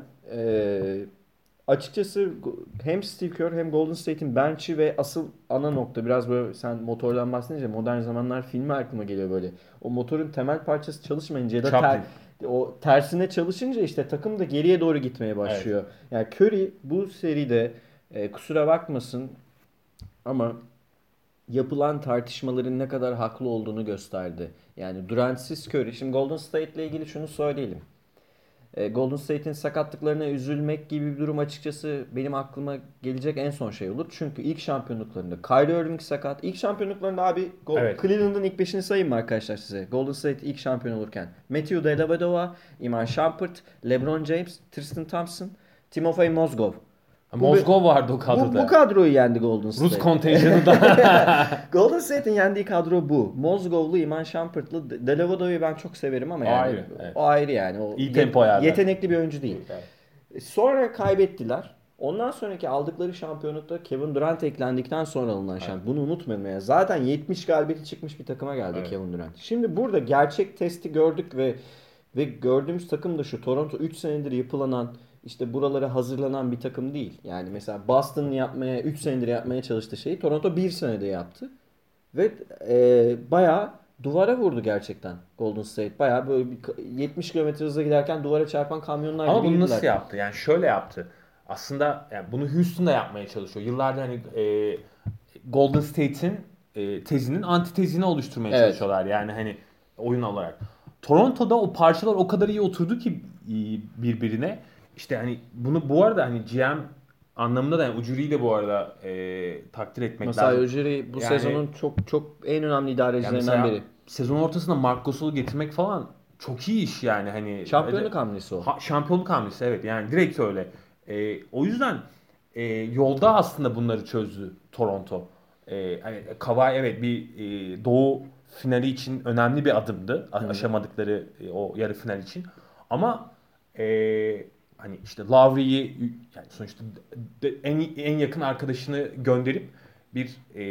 açıkçası hem Steve Kerr hem Golden State'in bench'i ve asıl ana nokta biraz böyle sen motordan bahsedince modern zamanlar filmi aklıma geliyor böyle. O motorun temel parçası çalışmayınca ya da Chaplin. o tersine çalışınca işte takım da geriye doğru gitmeye Evet. başlıyor. Yani Curry bu seride kusura bakmasın ama yapılan tartışmaların ne kadar haklı olduğunu gösterdi. Yani Durant'siz Curry. Şimdi Golden State ile ilgili şunu söyleyelim. Golden State'in sakatlıklarına üzülmek gibi bir durum açıkçası benim aklıma gelecek en son şey olur. Çünkü ilk şampiyonluklarında Kyrie Irving sakat. İlk şampiyonluklarında abi Evet. Cleveland'ın ilk beşini sayayım mı arkadaşlar size? Golden State ilk şampiyon olurken. Matthew Dellavedova, Iman Shumpert, LeBron James, Tristan Thompson, Timofey Mozgov. Bu, Mozgov vardı o bu kadroda. kadroyu yendi Golden Rus State. kontenjanı da. Golden State'in yendiği kadro bu. Mozgov'lu, Iman Shumpert'lı. Dellavedovi'yi ben çok severim ama O yani ayrı. Evet. o ayrı yani. O İyi tempo ayarlar. yetenekli bir oyuncu değil. Evet. Sonra kaybettiler. Ondan sonraki aldıkları şampiyonlukta Kevin Durant eklendikten sonra alınan Evet. şampiyon. Bunu unutmayalım ya. Zaten 70 galibiyeti çıkmış bir takıma geldi Evet. Kevin Durant. Şimdi burada gerçek testi gördük ve gördüğümüz takım da şu. Toronto 3 senedir yapılanan işte buralara hazırlanan bir takım değil. Yani mesela Boston'ın yapmaya 3 senedir yapmaya çalıştığı şeyi Toronto 1 senede yaptı. Ve bayağı duvara vurdu gerçekten Golden State. Bayağı böyle 70 kilometre hızla giderken duvara çarpan kamyonlar Ama gibi bunu girdiler. nasıl yaptı? Yani şöyle yaptı. Aslında yani bunu Houston da yapmaya çalışıyor. Yıllardır hani Golden State'in tezinin antitezini oluşturmaya Evet. çalışıyorlar. Yani hani oyun olarak. Toronto'da o parçalar o kadar iyi oturdu ki birbirine. İşte hani bunu bu arada hani GM anlamında da yani Ujiri'yi de bu arada takdir etmek Masai lazım. Ujiri bu Yani sezonun çok çok en önemli yani idarecilerinden mesela biri. sezon ortasında Marc Gasol'u getirmek falan çok iyi iş yani hani Şampiyonluk hamlesi o. şampiyonluk hamlesi evet yani direkt öyle. O yüzden yolda aslında bunları çözdü Toronto. Hani Kawhi evet bir Doğu finali için önemli bir adımdı. Hı hı. Aşamadıkları o yarı final için. Ama hani işte Lowry'yi yani sonuçta en yakın arkadaşını gönderip bir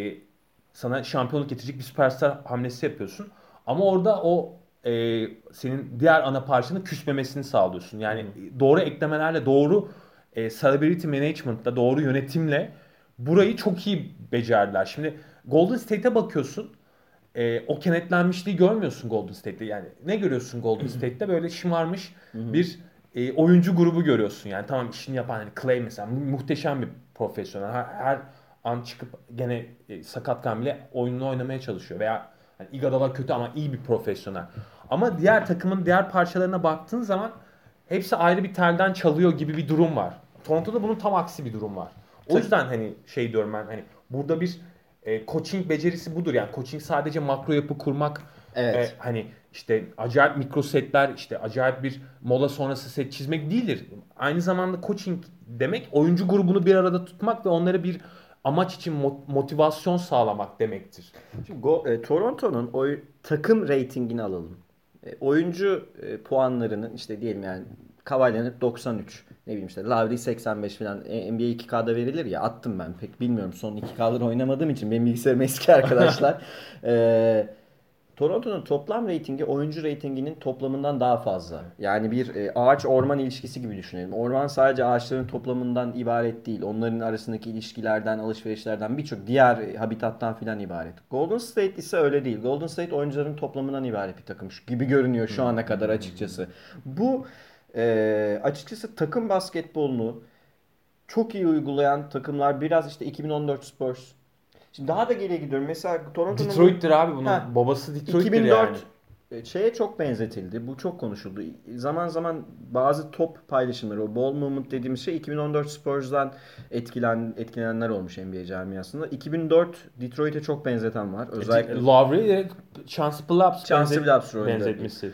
sana şampiyonluk getirecek bir süperstar hamlesi yapıyorsun. Ama orada o senin diğer ana parçanın küsmemesini sağlıyorsun. Hı Yani hı. doğru eklemelerle, doğru celebrity management'la, doğru yönetimle burayı çok iyi becerdiler. Şimdi Golden State'e bakıyorsun. O kenetlenmişliği görmüyorsun Golden State'te. Yani ne görüyorsun Golden State'te? Böyle şımarmış Hı hı. bir oyuncu grubu görüyorsun. Yani tamam işini yapan hani Clay mesela muhteşem bir profesyonel. Her an çıkıp gene sakatken bile oyununu oynamaya çalışıyor. Veya hani Iguodala kötü ama iyi bir profesyonel. Ama diğer takımın diğer parçalarına baktığın zaman hepsi ayrı bir telden çalıyor gibi bir durum var. Toronto'da bunun tam aksi bir durum var. O Tak- yüzden hani şey diyorum ben hani burada bir coaching becerisi budur. Yani coaching sadece makro yapı kurmak Evet. hani işte acayip mikro setler işte acayip bir mola sonrası set çizmek değildir. Aynı zamanda coaching demek oyuncu grubunu bir arada tutmak ve onlara bir amaç için motivasyon sağlamak demektir. Şimdi Toronto'nun takım reytingini alalım. Oyuncu puanlarının işte diyelim yani Kawhi Leonard 93. Ne bileyim işte Lowry 85 falan. NBA 2K'da verilir ya, attım ben. Pek bilmiyorum, son 2K'ları oynamadığım için benim bilgisayarım eski arkadaşlar. E, Toronto'nun toplam reytingi oyuncu reytinginin toplamından daha fazla. Yani bir ağaç orman ilişkisi gibi düşünelim. Orman sadece ağaçların toplamından ibaret değil. Onların arasındaki ilişkilerden, alışverişlerden, birçok diğer habitattan filan ibaret. Golden State ise öyle değil. Golden State oyuncuların toplamından ibaret bir takım gibi görünüyor şu ana kadar açıkçası. Bu açıkçası takım basketbolunu çok iyi uygulayan takımlar biraz işte 2014 Spurs. Şimdi daha da geriye gidiyorum. Mesela Toronto'nun bu Detroit'tir abi ha bunun babası Detroit'tir yani. 2004 şeye çok benzetildi. Bu çok konuşuldu. Zaman zaman bazı top paylaşımları, o ball movement dediğimiz şey 2014 Spurs'dan etkilenenler olmuş NBA camiasında. 2004 Detroit'e çok benzeten var. Özellikle Lowry direkt Chance Billups Chauncey Billups rolünde. benzetmesi.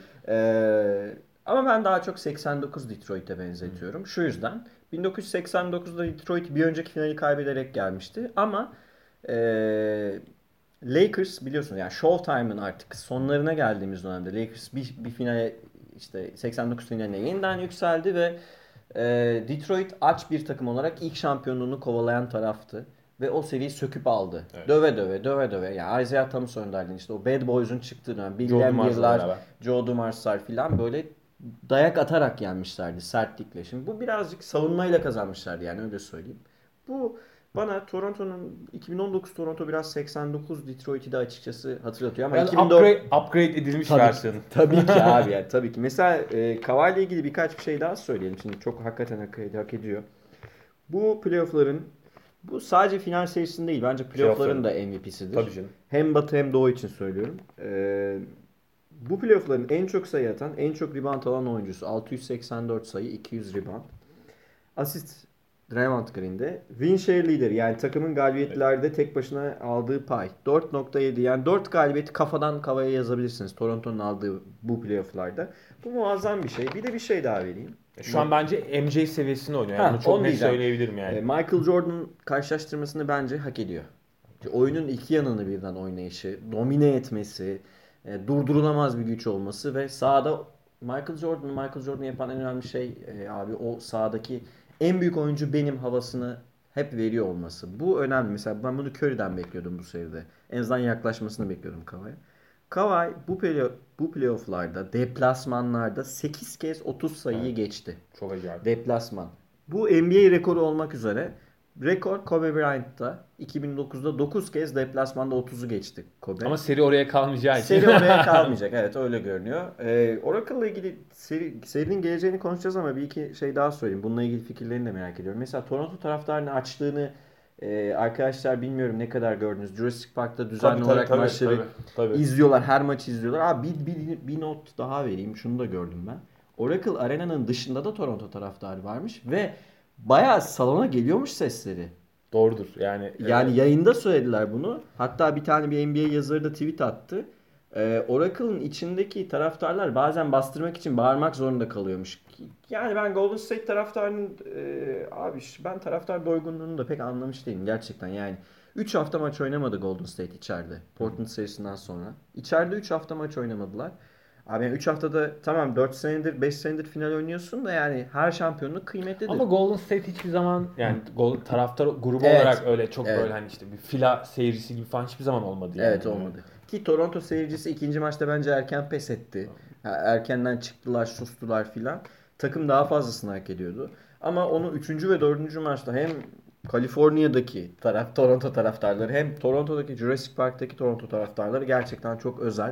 Ama ben daha çok 89 Detroit'e benzetiyorum. Şu yüzden 1989'da Detroit bir önceki finali kaybederek gelmişti. Ama Lakers biliyorsun yani Showtime'ın artık sonlarına geldiğimiz dönemde Lakers bir finale işte 89 finaline yeniden yükseldi ve Detroit aç bir takım olarak ilk şampiyonluğunu kovalayan taraftı. Ve o seriyi söküp aldı. Evet. Döve döve döve döve. Yani Isaiah Thomas önderliğinde işte o Bad Boys'un çıktığı dönem. Bill Joe Dumars'la Lambier'lar, beraber. Joe Dumars'lar filan böyle dayak atarak yenmişlerdi sertlikle. Şimdi bu birazcık savunmayla kazanmışlardı yani, öyle söyleyeyim. Bu bana Toronto'nun 2019 Toronto biraz 89 Detroit'i de açıkçası hatırlatıyor ama Biraz 2004 upgrade edilmiş tabii versiyonu. tabii ki abi yani tabii ki. Mesela Kawhi ile ilgili birkaç bir şey daha söyleyelim. Şimdi çok hakikaten hak ediyor. Bu playoff'ların bu sadece final serisinde değil, bence playoff'ların da MVP'sidir. Tabii canım. Hem Batı hem Doğu için söylüyorum. Bu playoff'ların en çok sayı atan, en çok rebound alan oyuncusu. 684 sayı, 200 rebound. Asist Draymond Green'de. Win share leader yani takımın galibiyetlerde tek başına aldığı pay. 4.7 yani 4 galibiyeti kafadan kafaya yazabilirsiniz Toronto'nun aldığı bu playoff'larda. Bu muazzam bir şey. Bir de bir şey daha vereyim. Şu an bence MJ seviyesinde oynuyor. Yani Ha, bunu çok onu net diyeceğim. söyleyebilirim yani. Michael Jordan karşılaştırmasını bence hak ediyor. Oyunun iki yanını birden oynayışı, domine etmesi, durdurulamaz bir güç olması ve sahada Michael Jordan yapan en önemli şey abi o sahadaki en büyük oyuncu benim havasını hep veriyor olması. Bu önemli. Mesela ben bunu Curry'den bekliyordum bu seride. En azından yaklaşmasını bekliyordum Kawhi'ye. Kawhi bu playoff'larda, deplasmanlarda 8 kez 30 sayıyı Evet. geçti. Çok acayip. Deplasman. Bu NBA rekoru olmak üzere. Rekor Kobe Bryant'ta 2009'da 9 kez deplasmanda 30'u geçti Kobe. Ama seri oraya kalmayacağı için. Seri oraya kalmayacak. Evet, öyle görünüyor. Oracle'la ilgili serinin geleceğini konuşacağız ama bir iki şey daha söyleyeyim. Bununla ilgili fikirlerini de merak ediyorum. Mesela Toronto taraftarını açtığını Arkadaşlar bilmiyorum ne kadar gördünüz. Jurassic Park'ta düzenli Tabii, olarak tabii, maçları tabii. izliyorlar. Her maçı izliyorlar. Abi bir not daha vereyim. Şunu da gördüm ben. Oracle Arena'nın dışında da Toronto taraftarı varmış ve bayağı salona geliyormuş sesleri. Doğrudur. Yani Yani yayında söylediler bunu. Hatta bir tane bir NBA yazarı da tweet attı. Oracle'ın içindeki taraftarlar bazen bastırmak için bağırmak zorunda kalıyormuş. Yani ben Golden State taraftarının abi ben taraftar doygunluğunu da pek anlamış değilim gerçekten. Yani 3 hafta maç oynamadı Golden State içeride. Portland serisinden sonra. İçeride 3 hafta maç oynamadılar. Abi yani 3 haftada tamam 4 senedir 5 senedir final oynuyorsun da yani her şampiyonluk kıymetlidir. ama Golden State hiçbir zaman yani taraftar grubu Evet. olarak öyle çok Evet. böyle hani işte bir fila seyircisi gibi falan hiçbir zaman olmadı yani. Evet olmadı. Ki Toronto seyircisi ikinci maçta bence erken pes etti. Erkenden çıktılar, sustular filan. Takım daha fazlasını hak ediyordu. Ama onu üçüncü ve dördüncü maçta hem Kaliforniya'daki Toronto taraftarları hem Toronto'daki Jurassic Park'taki Toronto taraftarları gerçekten çok özel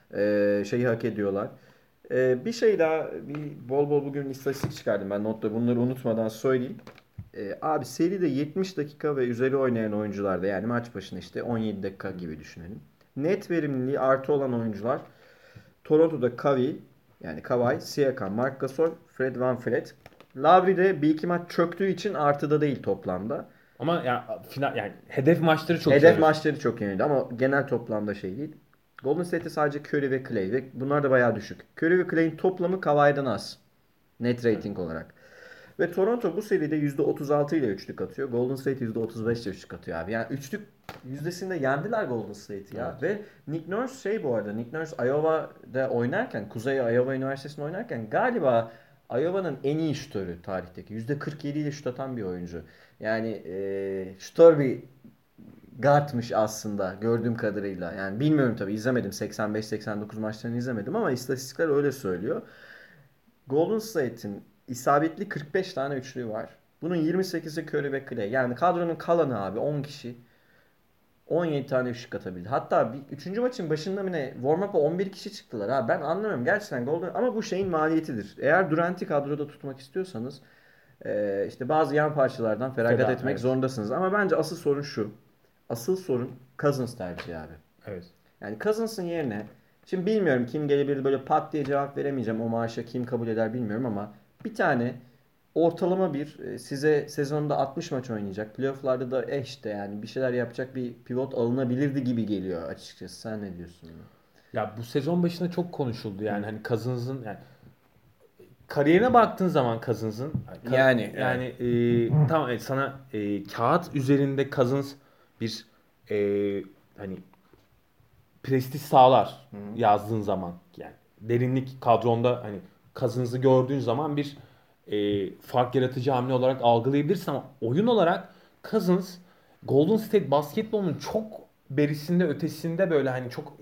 şeyi hak ediyorlar. Bir şey daha, bol bol bugün istatistik çıkardım ben notta bunları unutmadan söyleyeyim. Abi seride 70 dakika ve üzeri oynayan oyuncularda yani maç başına işte 17 dakika gibi düşünelim. Net verimliliği artı olan oyuncular Toronto'da Kawhi, Siakam, Marc Gasol, Fred VanVleet. Lavry de bir iki maç çöktüğü için artıda değil toplamda. Ama ya final yani hedef maçları çok iyi Hedef oynuyor. maçları çok iyiydi ama genel toplamda şey değil. Golden State'te sadece Curry ve Clay ve bunlar da bayağı düşük. Curry ve Clay'in toplamı Kawhi'den az. Net rating olarak. Ve Toronto bu seride %36 ile üçlük atıyor. Golden State %35 ile üçlük atıyor abi. Yani üçlük yüzdesinde yendiler Golden State'i ya. Evet. Ve Nick Nurse bu arada. Nick Nurse Iowa'da oynarken, Kuzey Iowa Üniversitesi'nde oynarken galiba Iowa'nın en iyi şutörü tarihteki. %47 ile şut atan bir oyuncu. Yani şutör bir guardmış aslında gördüğüm kadarıyla. Yani bilmiyorum tabii izlemedim. 85-89 maçlarını izlemedim ama istatistikler öyle söylüyor. Golden State'in isabetli 45 tane üçlüğü var. Bunun 28'i Curry ve Clay. Yani kadronun kalanı abi 10 kişi 17 tane üçlük atabildi. Hatta 3. maçın başında mı ne warm-up'a 11 kişi çıktılar. Ha, ben anlamıyorum gerçekten Golden ama bu şeyin maliyetidir. Eğer Durant'i kadroda tutmak istiyorsanız işte bazı yan parçalardan feragat Feda, etmek evet. zorundasınız. Ama bence asıl sorun şu. Asıl sorun Cousins tercihi abi. Evet. Yani Cousins'ın yerine şimdi bilmiyorum kim gelebilir böyle pat diye cevap veremeyeceğim o maaşa kim kabul eder bilmiyorum ama bir tane ortalama size sezonda 60 maç oynayacak. Playoff'larda da işte yani bir şeyler yapacak bir pivot alınabilirdi gibi geliyor açıkçası. Sen ne diyorsun? Ya bu sezon başında çok konuşuldu yani hani Cousins'ın yani kariyerine baktığın zaman Cousins'ın Yani yani tamam evet, sana kağıt üzerinde Cousins bir hani prestij sağlar yazdığın zaman yani derinlik kadronda hani Cousins'ı gördüğün zaman bir fark yaratıcı hamle olarak algılayabilirsin ama oyun olarak Cousins Golden State basketbolunun çok berisinde ötesinde böyle hani çok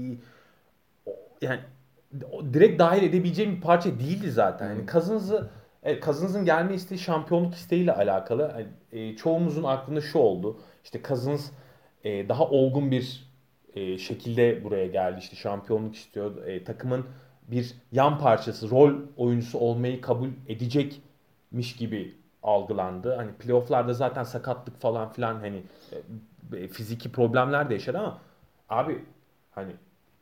yani direkt dahil edebileceğim bir parça değildi zaten. Yani Cousins'ın gelme isteği şampiyonluk isteğiyle alakalı. Yani, çoğumuzun aklında şu oldu. İşte Cousins daha olgun bir şekilde buraya geldi. İşte şampiyonluk istiyor. Takımın bir yan parçası, rol oyuncusu olmayı kabul edecekmiş gibi algılandı. Hani playoff'larda zaten sakatlık falan filan hani fiziki problemler de yaşadı ama abi hani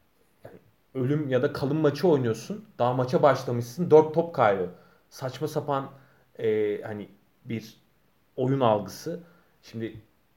ölüm ya da kalım maçı oynuyorsun. Daha maça başlamışsın. 4 top kaybı. Saçma sapan hani bir oyun algısı. Şimdi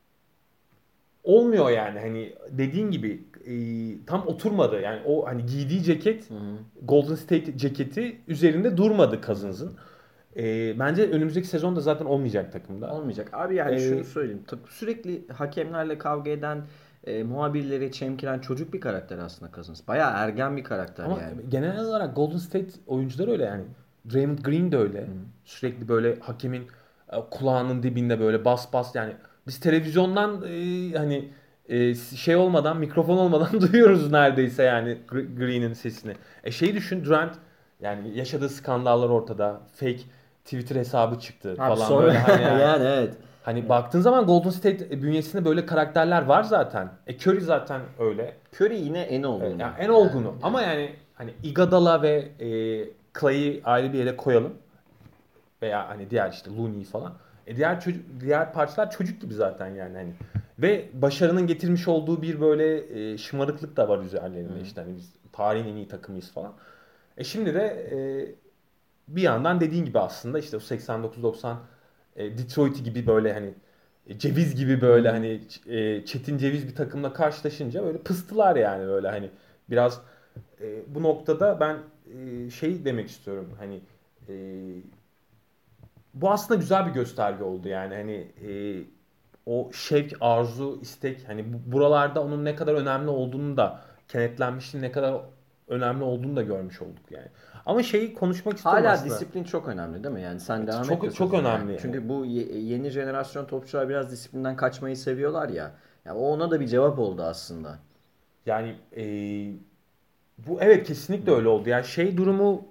olmuyor yani hani dediğin gibi tam oturmadı. Yani o hani giydiği ceket Golden State ceketi üzerinde durmadı Cousins'ın. Bence önümüzdeki sezon da zaten olmayacak takımda. Olmayacak. Abi yani E, şunu söyleyeyim. Sürekli hakemlerle kavga eden, muhabirleri çemkiren çocuk bir karakter aslında Cousins. Bayağı ergen bir karakter Ama yani. genel olarak Golden State oyuncuları öyle yani. Draymond Green de öyle. Sürekli böyle hakemin kulağının dibinde böyle bas bas yani biz televizyondan hani şey olmadan mikrofon olmadan duyuyoruz neredeyse yani Green'in sesini. Şeyi düşün Durant yani yaşadığı skandallar ortada. Fake Twitter hesabı çıktı Abi falan sonra böyle hani yani. yani evet. Hani baktığın zaman Golden State bünyesinde böyle karakterler var zaten. Curry zaten öyle. Curry yine en Evet, olgunu. yani en Yani, olgunu. Ama yani hani Iguodala ve Clay'i ayrı bir yere koyalım. Veya hani diğer işte Looney falan. Diğer parçalar çocuk gibi zaten yani hani. Ve başarının getirmiş olduğu bir böyle şımarıklık da var üzerlerinde işte hani biz tarihin en iyi takımıyız falan. Şimdi de bir yandan dediğin gibi aslında işte o 89-90 Detroit gibi böyle hani ceviz gibi böyle Hmm. hani çetin ceviz bir takımla karşılaşınca böyle pıstılar yani böyle hani biraz bu noktada ben şey demek istiyorum hani e, bu aslında güzel bir gösterge oldu yani hani o şevk, arzu, istek hani buralarda onun ne kadar önemli olduğunu da kenetlenmişliğin ne kadar önemli olduğunu da görmüş olduk yani. Ama şeyi konuşmak istiyorum Hala aslında. disiplin çok önemli değil mi? Yani sen devam et de Çok çok sözüne yani. önemli yani. Çünkü bu yeni jenerasyon topçular biraz disiplinden kaçmayı seviyorlar ya. Ya o ona da bir cevap oldu aslında. Yani bu evet kesinlikle öyle oldu. Yani şey durumu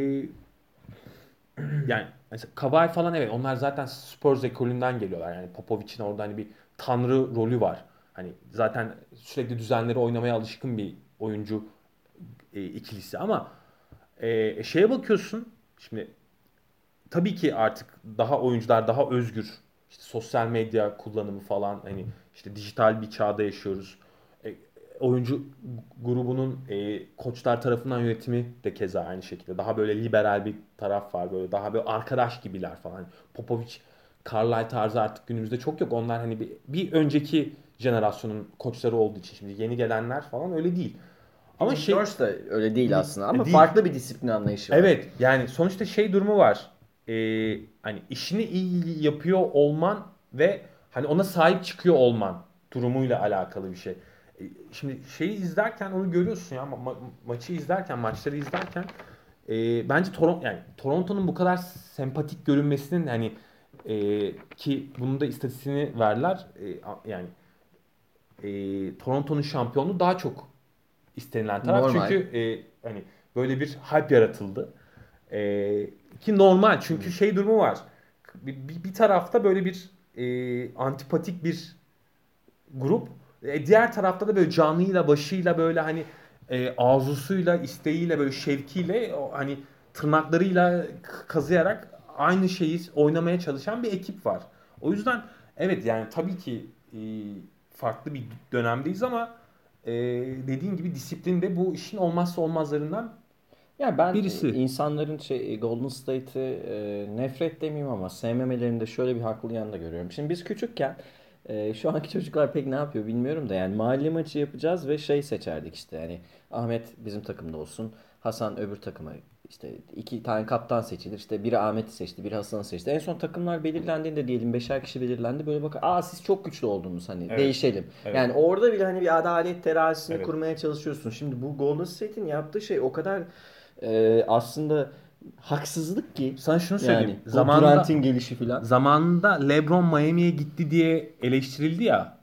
yani mesela Kawhi falan evet onlar zaten Spurs ekolünden geliyorlar. Yani Popovic'in orada hani bir tanrı rolü var. Hani zaten sürekli düzenleri oynamaya alışkın bir oyuncu ikilisi ama şeye bakıyorsun şimdi tabii ki artık daha oyuncular daha özgür. İşte sosyal medya kullanımı falan hani işte dijital bir çağda yaşıyoruz. E, oyuncu grubunun koçlar tarafından yönetimi de keza aynı şekilde. Daha böyle liberal bir taraf var böyle daha böyle arkadaş gibiler falan. Popovic, Carlisle tarzı artık günümüzde çok yok. Onlar hani bir önceki jenerasyonun koçları olduğu için şimdi yeni gelenler falan öyle değil. Ama Nick şey Nurse da öyle değil aslında ama değil. farklı bir disiplin anlayışı var. Evet yani sonuçta şey durumu var. Hani işini iyi yapıyor olman ve hani ona sahip çıkıyor olman durumuyla alakalı bir şey. Şimdi şeyi izlerken onu görüyorsun ya maçı izlerken maçları izlerken bence yani Toronto'nun bu kadar sempatik görünmesinin hani ki bunun da istatistiğini verler yani Toronto'nun şampiyonluğu daha çok istenilen taraf çünkü Normal. hani böyle bir hype yaratıldı. Ki normal çünkü şey durumu var. Bir tarafta böyle bir antipatik bir grup. Diğer tarafta da böyle canıyla başıyla böyle hani arzusuyla isteğiyle böyle şevkiyle hani tırnaklarıyla kazıyarak aynı şeyi oynamaya çalışan bir ekip var. O yüzden evet yani tabii ki farklı bir dönemdeyiz ama dediğin gibi disiplin de bu işin olmazsa olmazlarından Ya ben birisi. insanların Golden State'i nefret demeyeyim ama sevmemelerinde şöyle bir haklı yanı da görüyorum. Şimdi biz küçükken şu anki çocuklar pek ne yapıyor bilmiyorum da yani mahalle maçı yapacağız ve şey seçerdik işte yani Ahmet bizim takımda olsun, Hasan öbür takıma işte iki tane kaptan seçilir. İşte biri Ahmet'i seçti, biri Hasan'ı seçti. En son takımlar belirlendiğinde diyelim beşer kişi belirlendi. Böyle bak, aa siz çok güçlü oldunuz hani Evet. değişelim. Evet. Yani orada bile hani bir adalet terazisini Evet. kurmaya çalışıyorsun. Şimdi bu Golden State'in yaptığı şey o kadar aslında haksızlık ki Sana şunu yani söyleyeyim. bu Durant'in gelişi filan. Zamanında LeBron Miami'ye gitti diye eleştirildi ya.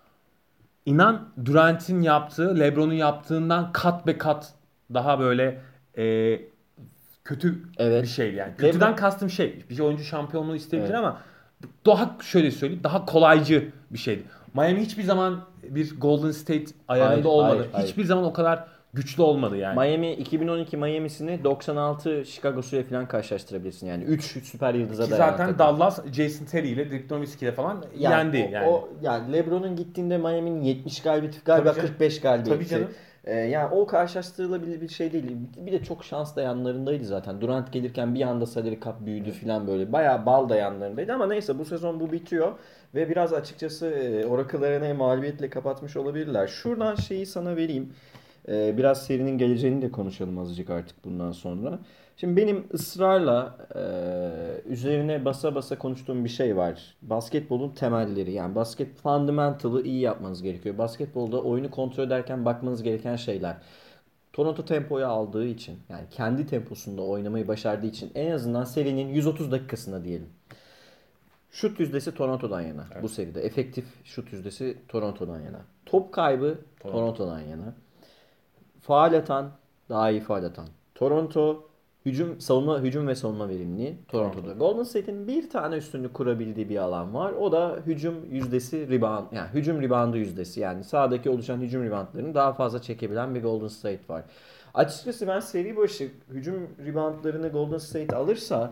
İnan Durant'in yaptığı LeBron'un yaptığından kat be kat daha böyle e, kötü bir Evet. şey yani. LeBron Kötüden kastım şey. Bir oyuncu şampiyonluğu isteyebilir evet. ama daha şöyle söyleyeyim daha kolaycı bir şeydi. Miami hiçbir zaman bir Golden State ayarında Hayır, hayır, olmadı. hayır. Hiçbir zaman o kadar güçlü olmadı yani. Miami 2012 Miami'sini 96 Chicago'suyla falan karşılaştırabilirsin. Yani 3 süper yıldıza Ki dayanan zaten takım. Dallas Jason Terry ile Dirk Nowitzki ile falan Yani yendi yani. yani LeBron'un gittiğinde Miami'nin 70 galibiyeti Tabii galiba canım. 45 Tabii galibiyetti. canım. Yani o karşılaştırılabilir bir şey değil. Bir de çok şans da yanlarındaydı zaten. Durant gelirken bir anda salary cap büyüdü Evet. falan böyle. Bayağı bal da yanlarındaydı ama neyse bu sezon bu bitiyor. Ve biraz açıkçası Oracle Arena'yı mağlubiyetle kapatmış olabilirler. Şuradan şeyi sana vereyim. Biraz serinin geleceğini de konuşalım azıcık artık bundan sonra. Şimdi benim ısrarla üzerine basa basa konuştuğum bir şey var. Basketbolun temelleri. Yani basket fundamental'ı iyi yapmanız gerekiyor. Basketbolda oyunu kontrol ederken bakmanız gereken şeyler. Toronto tempoyu aldığı için yani kendi temposunda oynamayı başardığı için en azından serinin 130 dakikasında diyelim. Şut yüzdesi Toronto'dan yana bu Evet. seride. Efektif şut yüzdesi Toronto'dan yana. Top kaybı Toronto. Toronto'dan yana. Faal atan, daha iyi faal atan. Toronto hücum ve savunma verimliliği Toronto'da. Toronto. Golden State'in bir tane üstünlüğü kurabildiği bir alan var. O da hücum yüzdesi rebound yani hücum reboundu yüzdesi. Yani sahadaki oluşan hücum reboundlarını daha fazla çekebilen bir Golden State var. Açıkçası ben seri başı hücum reboundlarını Golden State alırsa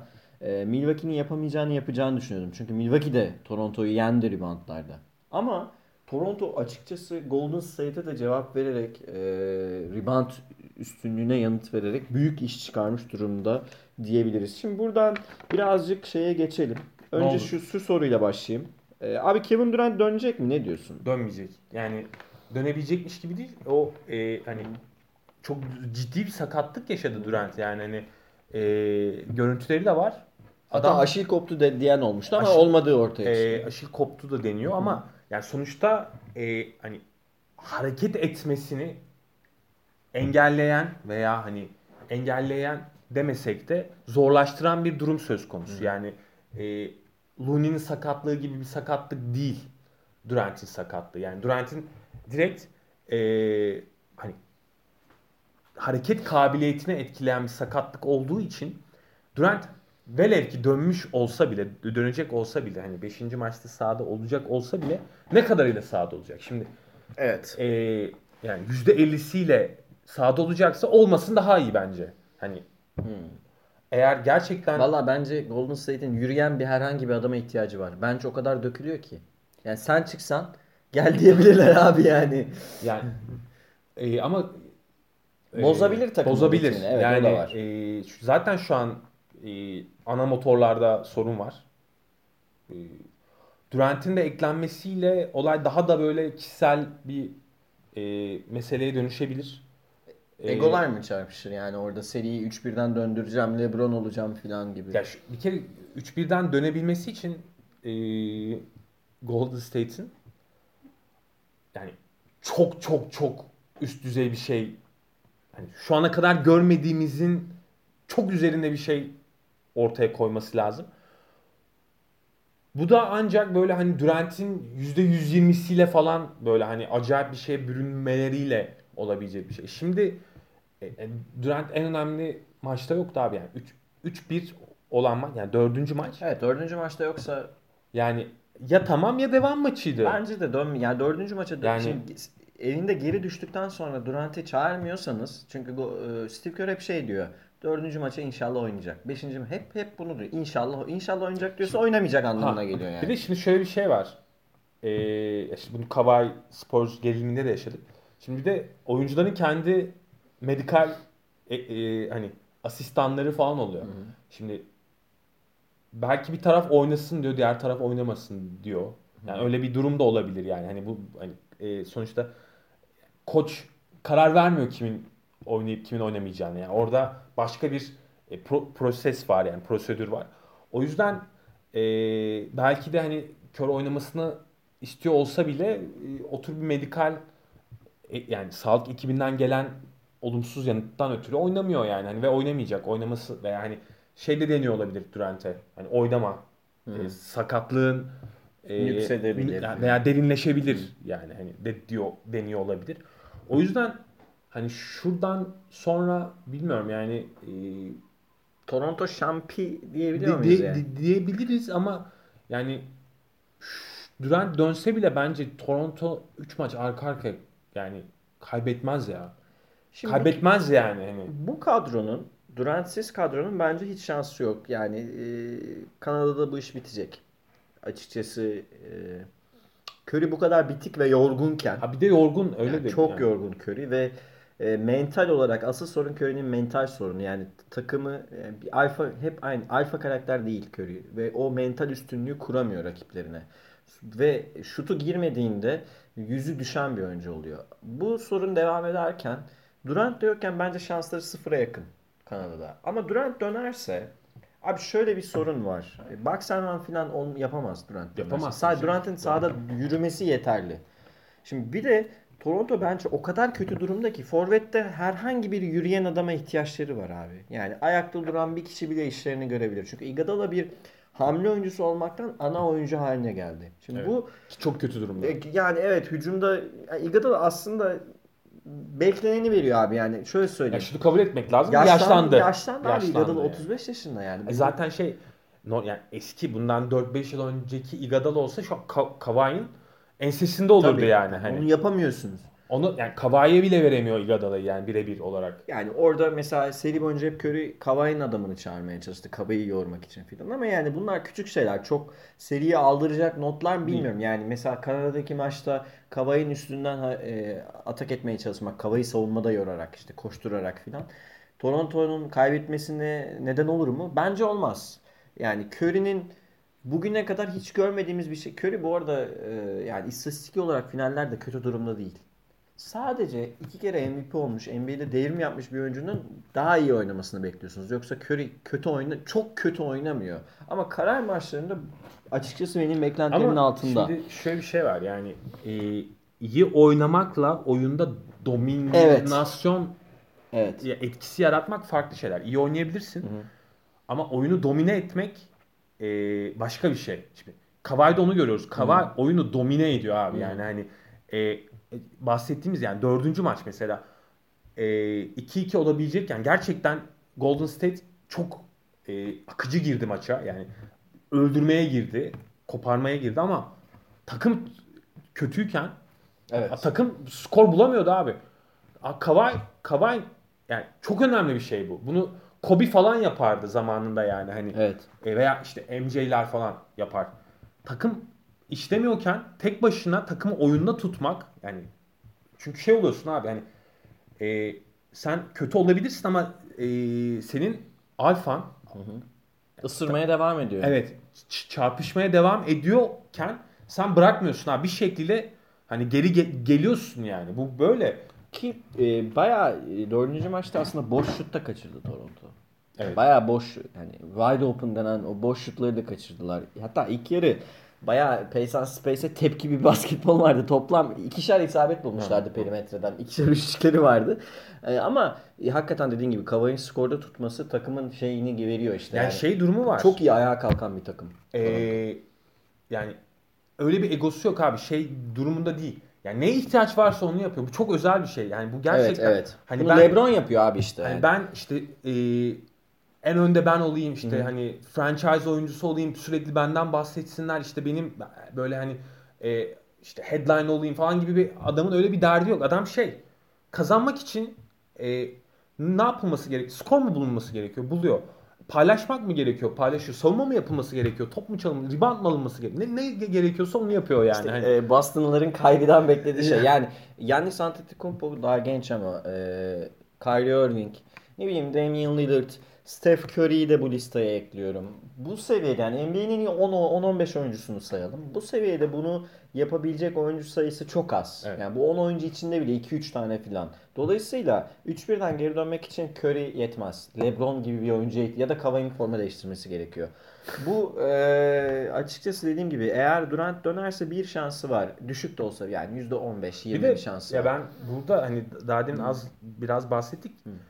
Milwaukee'nin yapamayacağını yapacağını düşünüyordum. Çünkü Milwaukee de Toronto'yu yendi reboundlarda. Ama Toronto açıkçası Golden State'e de cevap vererek rebound üstünlüğüne yanıt vererek büyük iş çıkarmış durumda diyebiliriz. Şimdi buradan birazcık şeye geçelim. Ne Önce olur. şu soruyla başlayayım. Abi Kevin Durant dönecek mi? Ne diyorsun? Dönmeyecek. Yani dönebilecekmiş gibi değil. O hani çok ciddi bir sakatlık yaşadı Durant. Yani hani görüntüleri de var. Hatta Adam Aşil koptu diyen olmuştu ama Aşil- olmadığı ortaya çıktı. Aşil koptu da deniyor ama yani sonuçta hani hareket etmesini engelleyen veya hani engelleyen demesek de zorlaştıran bir durum söz konusu. Yani Looney'nin sakatlığı gibi bir sakatlık değil Durant'in sakatlığı. Yani Durant'in direkt hani hareket kabiliyetine etkileyen bir sakatlık olduğu için Durant velev ki dönmüş olsa bile, dönecek olsa bile hani beşinci maçta sahada olacak olsa bile ne kadarıyla sahada olacak? Şimdi Evet. yani %50'siyle sahada olacaksa olmasın daha iyi bence. Hani eğer gerçekten Valla bence Golden State'in yürüyen bir herhangi bir adama ihtiyacı var. Bence o kadar dökülüyor ki. Yani sen çıksan gel diyebilirler abi yani. yani ama Bozabilir takımın bozabilir. ritmini. Evet, o Yani da var. zaten şu an ana motorlarda sorun var. E, Durant'in de eklenmesiyle olay daha da böyle kişisel bir meseleye dönüşebilir. E, Egolar mı çarpışır yani orada seriyi 3-1'den döndüreceğim, LeBron olacağım falan gibi. Ya bir kere 3-1'den dönebilmesi için e, Golden State'in yani çok çok çok üst düzey bir şey, hani şu ana kadar görmediğimizin çok üzerinde bir şey ortaya koyması lazım. Bu da ancak böyle hani Durant'in %120'siyle falan böyle hani acayip bir şeye bürünmeleriyle olabilecek bir şey. Şimdi Durant en önemli maçta yoktu abi yani 3-1 olan maç yani dördüncü maç. Evet, dördüncü maçta yoksa Yani ya tamam ya devam maçıydı. bence de yani dördüncü maça Yani şimdi evinde geri düştükten sonra Durant'i çağırmıyorsanız çünkü Steve Kerr hep şey diyor. Dördüncü maça inşallah oynayacak. Beşinci mi? Hep bunu diyor. İnşallah oynayacak diyorsa oynamayacak anlamına geliyor bir yani. de şimdi şöyle bir şey var. İşte bunu Kawhi Spurs geriliminde de yaşadık. Şimdi bir de oyuncuların kendi medikal hani asistanları falan oluyor. Şimdi belki bir taraf oynasın diyor, diğer taraf oynamasın diyor. Yani öyle bir durum da olabilir yani. Hani bu hani sonuçta koç karar vermiyor kimin oynayıp kimin oynamayacağını. Yani orada başka bir proses var yani prosedür var. O yüzden e, belki de hani kör oynamasını istiyor olsa bile o tür bir medikal yani sağlık ekibinden gelen olumsuz yanıttan ötürü oynamıyor yani hani ve oynamayacak oynaması veya hani şey de deniyor olabilir Durant'e hani oynama sakatlığın Nüksedebilir. veya derinleşebilir yani hani deniyor olabilir. O yüzden hani şuradan sonra bilmiyorum yani Toronto şampi diyebiliyor muyuz yani? diyebiliriz ama yani Durant dönse bile bence Toronto 3 maç arka arkaya yani kaybetmez ya. Şimdi Kaybetmez yani hani. bu kadronun Durant'siz kadronun bence hiç şansı yok. Yani Kanada'da bu iş bitecek. Açıkçası Curry bu kadar bitik ve yorgunken Ha bir de yorgun öyle yani de çok yani. yorgun Curry ve mental olarak asıl sorun Curry'nin mental sorunu. Yani takımı bir alfa hep aynı alfa karakter değil Curry ve o mental üstünlüğü kuramıyor rakiplerine. Ve şutu girmediğinde yüzü düşen bir oyuncu oluyor. Bu sorun devam ederken Durant da yokken bence şansları sıfıra yakın Kanada'da. Ama Durant dönerse abi şöyle bir sorun var. Box and run falan onu yapamaz Durant dönerse. Yapamaz Sadece tabii canım. Durant'in sahada yürümesi yeterli. Şimdi bir de Toronto bence o kadar kötü durumda ki forvette herhangi bir yürüyen adama ihtiyaçları var abi. Yani ayakta duran bir kişi bile işlerini görebilir. Çünkü Iguodala bir hamle oyuncusu olmaktan ana oyuncu haline geldi. Şimdi Evet. bu Çok kötü durumda. yani evet hücumda yani Iguodala aslında bekleneni veriyor abi yani şöyle Ya söyleyeyim. şunu kabul etmek lazım. Yaşlandı, Yaşlandı. yaşlandı abi Iguodala Yaşlandı yani. 35 yaşında yani. Zaten şey yani eski bundan 4-5 yıl önceki Iguodala olsa şu an Kawhi'nin ensesinde olurdu Tabii yani yani onu hani. yapamıyorsunuz. Onu yani Kawhi'ye bile veremiyor Iguodala'yı yani birebir olarak. Yani orada mesela seri boyunca hep Curry Kawhi'nin adamını çağırmaya çalıştı. Kawhi'yi yormak için filan. Ama yani bunlar küçük şeyler. Çok seriye aldıracak notlar mı Değil. bilmiyorum. Yani mesela Kanada'daki maçta Kawhi'nin üstünden atak etmeye çalışmak. Kawhi'yi savunmada yorarak işte koşturarak filan. Toronto'nun kaybetmesine neden olur mu? Bence olmaz. Yani Curry'nin bugüne kadar hiç görmediğimiz bir şey. Curry bu arada yani istatistik olarak finallerde kötü durumda değil. Sadece iki kere MVP olmuş, NBA'de devrim yapmış bir oyuncunun daha iyi oynamasını bekliyorsunuz. Yoksa Curry çok kötü oynamıyor. Ama karar maçlarında açıkçası benim beklentilerimin Ama altında. şimdi şöyle bir şey var yani iyi oynamakla oyunda Evet. dominasyon Evet. etkisi yaratmak farklı şeyler. İyi oynayabilirsin ama oyunu domine etmek başka bir şey. Şimdi Kawhi'de onu görüyoruz. Kawhi oyunu domine ediyor abi yani hani bahsettiğimiz yani dördüncü maç mesela 2-2 olabilecek yani gerçekten Golden State çok akıcı girdi maça yani öldürmeye girdi, koparmaya girdi ama takım kötüyken Evet. takım skor bulamıyordu abi. Kawhi yani çok önemli bir şey bu. Bunu Kobe falan yapardı zamanında yani hani Evet. veya işte MJ'ler falan yapar. Takım işlemiyorken tek başına takımı oyunda tutmak yani çünkü şey oluyorsun abi hani e, sen kötü olabilirsin ama senin alfan Isırmaya devam ediyor. evet çarpışmaya devam ediyorken sen bırakmıyorsun abi bir şekilde hani geri geliyorsun yani bu böyle. Ki bayağı dördüncü maçta aslında boş şut da kaçırdı Toronto. Yani Evet. bayağı boş yani wide open denen o boş şutları da kaçırdılar. Hatta ilk yarı bayağı pace and space'e tepki bir basketbol vardı. Toplam ikişer isabet bulmuşlardı perimetreden. İkişer üçlükleri vardı. Ama hakikaten dediğin gibi Kawhi'nin skorda tutması takımın şeyini veriyor işte. Yani Yani şey durumu var. çok iyi ayağa kalkan bir takım Toronto. Yani öyle bir egosu yok abi. Şey durumunda değil. Yani neye ihtiyaç varsa onu yapıyor. Bu çok özel bir şey. Yani bu Evet, gerçekten evet. hani Bunu ben LeBron yapıyor abi işte hani yani. ben işte en önde ben olayım Hı işte hı. hani franchise oyuncusu olayım sürekli benden bahsetsinler işte benim böyle hani işte headline olayım falan gibi bir adamın öyle bir derdi yok. Adam şey kazanmak için e, ne yapılması gerekiyor? Skor mu bulunması gerekiyor? Buluyor. Paylaşmak mı gerekiyor? Paylaşıyor. Savunma mı yapılması gerekiyor? Top mu çalınması? Rebound mı alınması gerekiyor? Ne gerekiyorsa onu yapıyor yani. İşte Hani Boston'ların kaybeden beklediği şey. Yani Giannis Antetokounmpo daha genç ama Kyrie Irving, ne bileyim Damian Lillard, Steph Curry'yi de bu listeye ekliyorum. Bu seviyede yani NBA'nin en iyi 10-15 oyuncusunu sayalım. Bu seviyede bunu yapabilecek oyuncu sayısı çok az. evet. Yani bu 10 oyuncu içinde bile 2-3 tane filan. Dolayısıyla 3-1'den geri dönmek için Curry yetmez. LeBron gibi bir oyuncu ya da Kawhi'nin forma değiştirmesi gerekiyor. Bu açıkçası dediğim gibi eğer Durant dönerse bir şansı var. Düşük de olsa yani Bir %15-20 bir de şansı ya var. ben burada hani daha demin biraz bahsettik.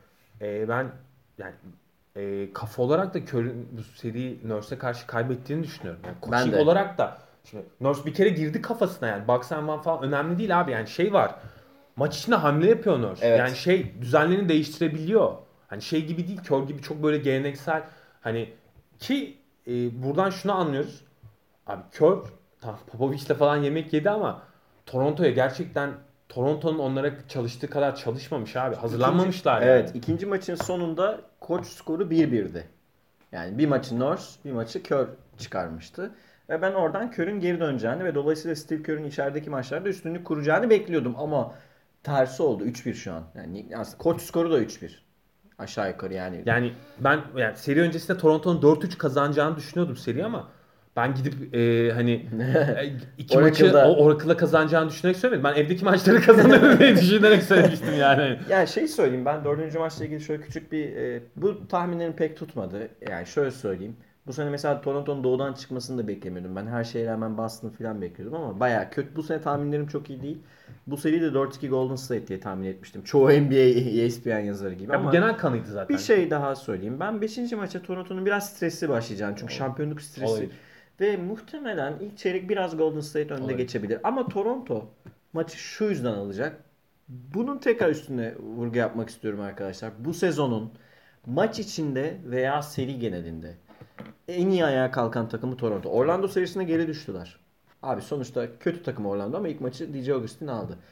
Ben yani kafa olarak da Curry'nin bu seri Nurse'e karşı kaybettiğini düşünüyorum. Yani Ben coaching de. olarak da şimdi Nurse bir kere girdi kafasına yani. Box and one falan önemli değil abi. Yani şey var. Maç içinde hamle yapıyor Nurse. Yani Evet. şey düzenlerini değiştirebiliyor. Hani şey gibi değil. Kör gibi çok böyle geleneksel hani ki buradan şunu anlıyoruz. Abi Kör tamam Popovic'le falan yemek yedi ama Toronto'ya gerçekten Toronto'nun onlara çalıştığı kadar çalışmamış abi. Hazırlanmamışlar yani. İkinci maçın sonunda koç skoru 1-1'di. Yani bir maçı Nurse, bir maçı Kör çıkarmıştı. Ve ben oradan Kör'ün geri döneceğini ve dolayısıyla Steve Kerr'ün içerideki maçlarda üstünlük kuracağını bekliyordum ama tersi oldu. 3-1 şu an. Yani aslında koç skoru da 3-1. Aşağı yukarı yani. Yani ben yani seri öncesinde Toronto'nun 4-3 kazanacağını düşünüyordum seri ama ben gidip hani iki maçı o Oracle'da Oracle'la kazanacağını düşünerek söylemedim. Ben evdeki maçları kazanır diye düşünerek söylemiştim yani. yani şey söyleyeyim ben dördüncü maçla ilgili şöyle küçük bir bu tahminlerim pek tutmadı. Yani şöyle söyleyeyim. Bu sene mesela Toronto'nun doğudan çıkmasını da beklemiyordum. Ben her şeye rağmen Boston falan bekliyordum ama bayağı kötü. Bu sene tahminlerim çok iyi değil. Bu seri de 4-2 Golden State diye tahmin etmiştim. Çoğu NBA, ESPN yazarı gibi Ya bu ama genel kanıydı bir zaten. şey daha söyleyeyim. Ben beşinci maça Toronto'nun biraz stresli başlayacağını çünkü şampiyonluk stresi Olabilir. ve muhtemelen ilk çeyrek biraz Golden State önde Olabilir. geçebilir. Ama Toronto maçı şu yüzden alacak. Bunun tekrar üstüne vurgu yapmak istiyorum arkadaşlar. Bu sezonun maç içinde veya seri genelinde en iyi ayağa kalkan takımı Toronto. Orlando serisine geri düştüler. Abi sonuçta kötü takım Orlando ama ilk maçı DJ Augustin aldı.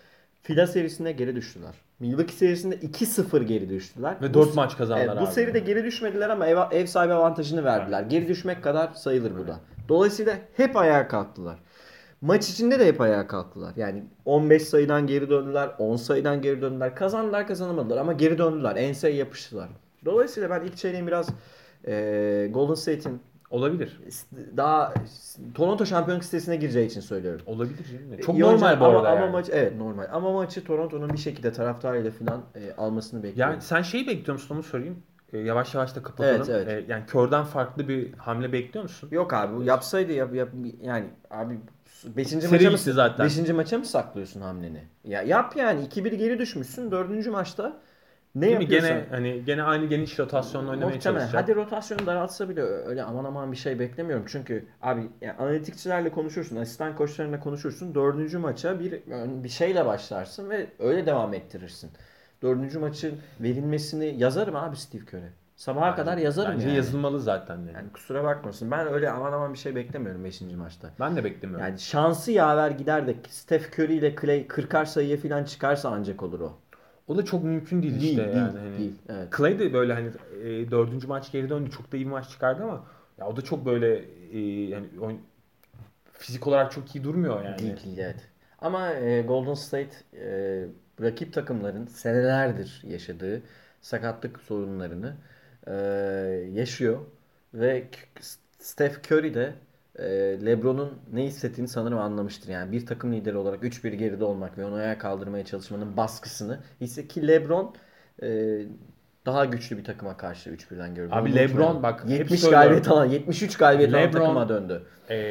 Fila serisinde geri düştüler. Milwaukee serisinde 2-0 geri düştüler. Ve 4 maç kazandılar Bu abi. seride geri düşmediler ama ev sahibi avantajını verdiler. Geri düşmek kadar sayılır bu da. Dolayısıyla hep ayağa kalktılar. Maç içinde de hep ayağa kalktılar. Yani 15 sayıdan geri döndüler, 10 sayıdan geri döndüler. Kazandılar kazanamadılar ama geri döndüler. Enseye yapıştılar. Dolayısıyla ben ilk çeyreğin biraz Golden State'in Olabilir. daha Toronto şampiyonluk sitesine gireceği için söylüyorum. Olabilir canım. Çok İyi oyuncu- normal bu arada ama yani. maç evet normal. Ama maçı Toronto'nun bir şekilde taraftarıyla falan almasını bekliyorum. Yani sen şeyi bekliyor musun onu sorayım. Yavaş yavaş da kapatalım. Evet, evet. Yani Kör'den farklı bir hamle bekliyor musun? Yok abi bu yapsaydı yani abi 5. Seri maça mı bitti zaten. 5. maça mı saklıyorsun hamleni? Ya yap yani 2-1 geri düşmüşsün 4. maçta ne Değil mi? yapıyorsan. Gene aynı geniş rotasyonla oynamaya Muhtemelen. çalışacak. Hadi rotasyonu daraltsa bile öyle aman aman bir şey beklemiyorum. Çünkü abi yani analitikçilerle konuşursun, asistan koçlarıyla konuşursun. 4. maça bir şeyle başlarsın ve öyle devam ettirirsin. 4. maçın verilmesini yazarım abi Steve Kerr'e. Sabaha kadar yazarım Bence yani. yazılmalı zaten yani. Yani kusura bakmasın. Ben öyle aman aman bir şey beklemiyorum 5. maçta. Ben de beklemiyorum. Yani şansı yaver gider de Steph Curry ile Clay 40'ar sayıya falan çıkarsa ancak olur o. O da çok mümkün değil, Değil, işte değil, yani. Hani değil. Evet. Clay de böyle hani dördüncü maç geri döndü. Çok da iyi bir maç çıkardı ama ya o da çok böyle yani fizik olarak çok iyi durmuyor yani. Değil, değil, evet. Ama Golden State rakip takımların senelerdir yaşadığı sakatlık sorunlarını e, yaşıyor ve Steph Curry de LeBron'un ne hissettiğini sanırım anlamıştır. Yani bir takım lideri olarak 3-1 geride olmak ve onu ayağa kaldırmaya çalışmanın baskısını ki LeBron e, daha güçlü bir takıma karşı 3-1'den gördü. Abi Onu unutmayalım. LeBron bak hep 70 söylüyorum. galibiyet alan, 73 galibiyet alan LeBron takıma döndü.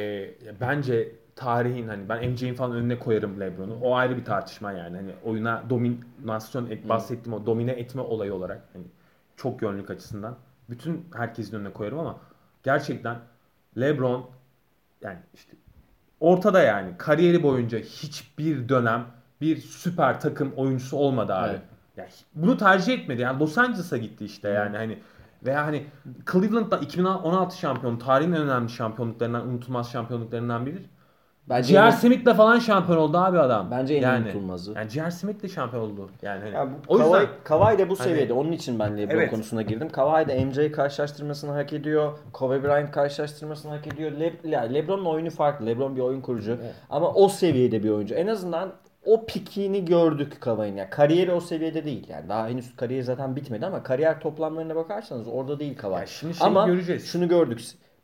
bence tarihin hani ben MJ'in falan önüne koyarım LeBron'u. O ayrı bir tartışma yani. Hani oyuna dominasyon bahsettiğim o domine etme olayı olarak hani çok yönlük açısından bütün herkesin önüne koyarım ama gerçekten LeBron yani işte ortada yani kariyeri boyunca hiçbir dönem bir süper takım oyuncusu olmadı abi. Evet. Yani bunu tercih etmedi. Yani Los Angeles'a gitti işte yani hani veya hani Cleveland'da 2016 şampiyonu tarihin en önemli şampiyonluklarından unutulmaz şampiyonluklarından biridir. Bence J.R. Smith'le falan şampiyon oldu abi adam. Bence en Yani unutulmazı. yani J.R. Smith'le şampiyon oldu. Yani hani Ya o yüzden Kawhi de bu hani seviyede. Onun için ben LeBron evet. konusuna girdim. Kawhi de MJ karşılaştırmasını hak ediyor. Kobe Bryant karşılaştırmasını hak ediyor. LeBron'un oyunu farklı. LeBron bir oyun kurucu. Evet. Ama o seviyede bir oyuncu. En azından o pikini gördük Kawhi'nin. Yani kariyeri o seviyede değil. Yani daha henüz kariyeri zaten bitmedi ama kariyer toplamlarına bakarsanız orada değil Kawhi. Ya şimdi şeyi Ama göreceğiz. şunu gördük.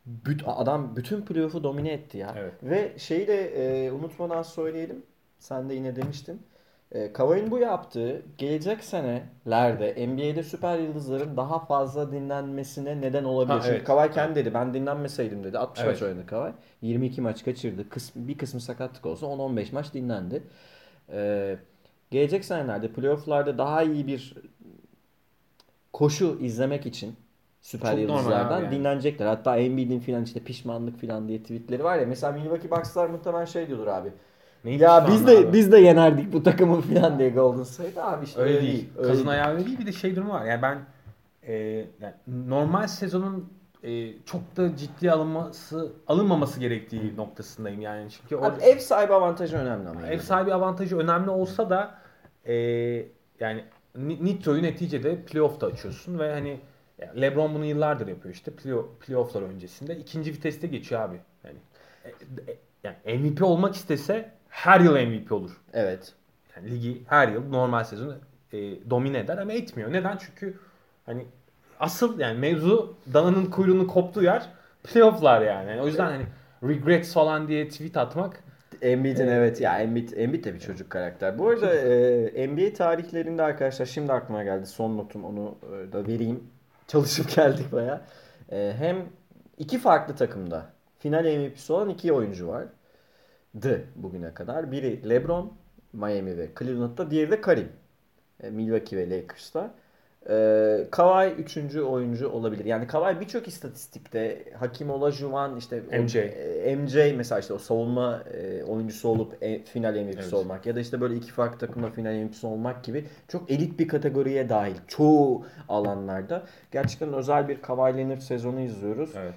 Adam bütün playoff'u domine etti ya. Evet. Ve şeyi de unutmadan söyleyelim. Sen de yine demiştin. Kawhi'nin bu yaptığı gelecek senelerde NBA'de süper yıldızların daha fazla dinlenmesine neden olabilir. Ha, Çünkü evet. Kawhi kendi dedi ben dinlenmeseydim dedi. 60 Evet. maç oynadı Kawhi. 22 maç kaçırdı. Bir kısmı sakatlık olsa 10-15 maç dinlendi. Ee, Gelecek senelerde playoff'larda daha iyi bir koşu izlemek için süper Çok normal abi yıldızlardan yani. dinlenecekler. Hatta Embiid'in filan işte pişmanlık filan diye tweetleri var ya. Mesela Milwaukee Bucks'lar muhtemelen şey diyordur abi. Neyin Ya pişmanlığı abi? biz de yenerdik bu takımı filan diye Golden State abi işte Öyle öyle değil. değil. Öyle Kazın değil. ayağı öyle değil. Bir de şey durumu var. Yani ben yani normal sezonun çok da ciddiye alınmaması gerektiği noktasındayım. Yani çünkü Abi ev sahibi avantajı önemli ama. ev yine de. sahibi avantajı önemli olsa da e, yani Nitro'yu neticede playoff'ta açıyorsun ve hani yani LeBron bunu yıllardır yapıyor işte playoff'lar öncesinde ikinci viteste geçiyor abi. Yani yani MVP olmak istese her yıl MVP olur. Evet. Yani ligi her yıl normal sezonu domine eder ama etmiyor. Neden? Çünkü hani asıl yani mevzu dananın kuyruğunu koptuğu yer playoff'lar yani. Yani o yüzden hani regrets falan diye tweet atmak Embiid'in e, evet ya Embiid de bir çocuk karakter. Bu arada çocuk. NBA tarihlerinde arkadaşlar şimdi aklıma geldi son notum onu da vereyim. Çalışıp geldik baya. Hem iki farklı takımda final MVP'si olan iki oyuncu vardı bugüne kadar. Biri LeBron Miami ve Cleveland'da, diğeri de Karim Milwaukee ve Lakers'ta. Kawhi üçüncü oyuncu olabilir. Yani Kawhi birçok istatistikte Hakim Olajuwon işte MJ. MJ mesela işte o savunma oyuncusu olup final MVP'si Evet. olmak ya da işte böyle iki farklı takımda final MVP'si olmak gibi çok elit bir kategoriye dahil çoğu alanlarda. Gerçekten özel bir Kawhi Leonard sezonu izliyoruz. Evet.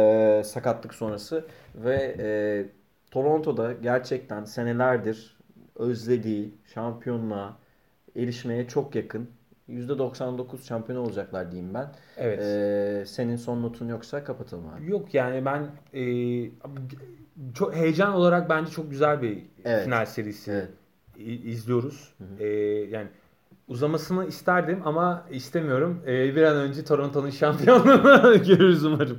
Sakatlık sonrası ve Toronto'da gerçekten senelerdir özlediği şampiyonluğa erişmeye çok yakın. %99 şampiyon olacaklar diyeyim ben. Evet. Senin son notun yoksa kapatalım abi. Yok yani ben çok heyecan olarak bence çok güzel bir Evet. final serisi Evet. izliyoruz. Hı hı. Yani uzamasını isterdim ama istemiyorum. Bir an önce Toronto'nun şampiyonluğunu görürüz umarım.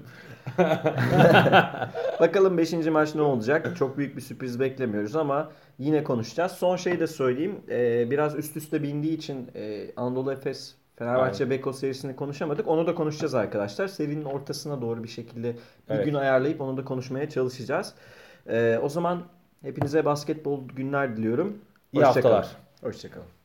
Bakalım beşinci maç ne olacak? Çok büyük bir sürpriz beklemiyoruz ama yine konuşacağız. Son şeyi de söyleyeyim. Biraz üst üste bindiği için Anadolu Efes Aynen. Fenerbahçe Beko serisini konuşamadık. Onu da konuşacağız arkadaşlar. Serinin ortasına doğru bir şekilde bir gün Evet. ayarlayıp onu da konuşmaya çalışacağız. O zaman hepinize basketbol günler diliyorum. İyi Hoşça kalın. haftalar. Hoşça kalın.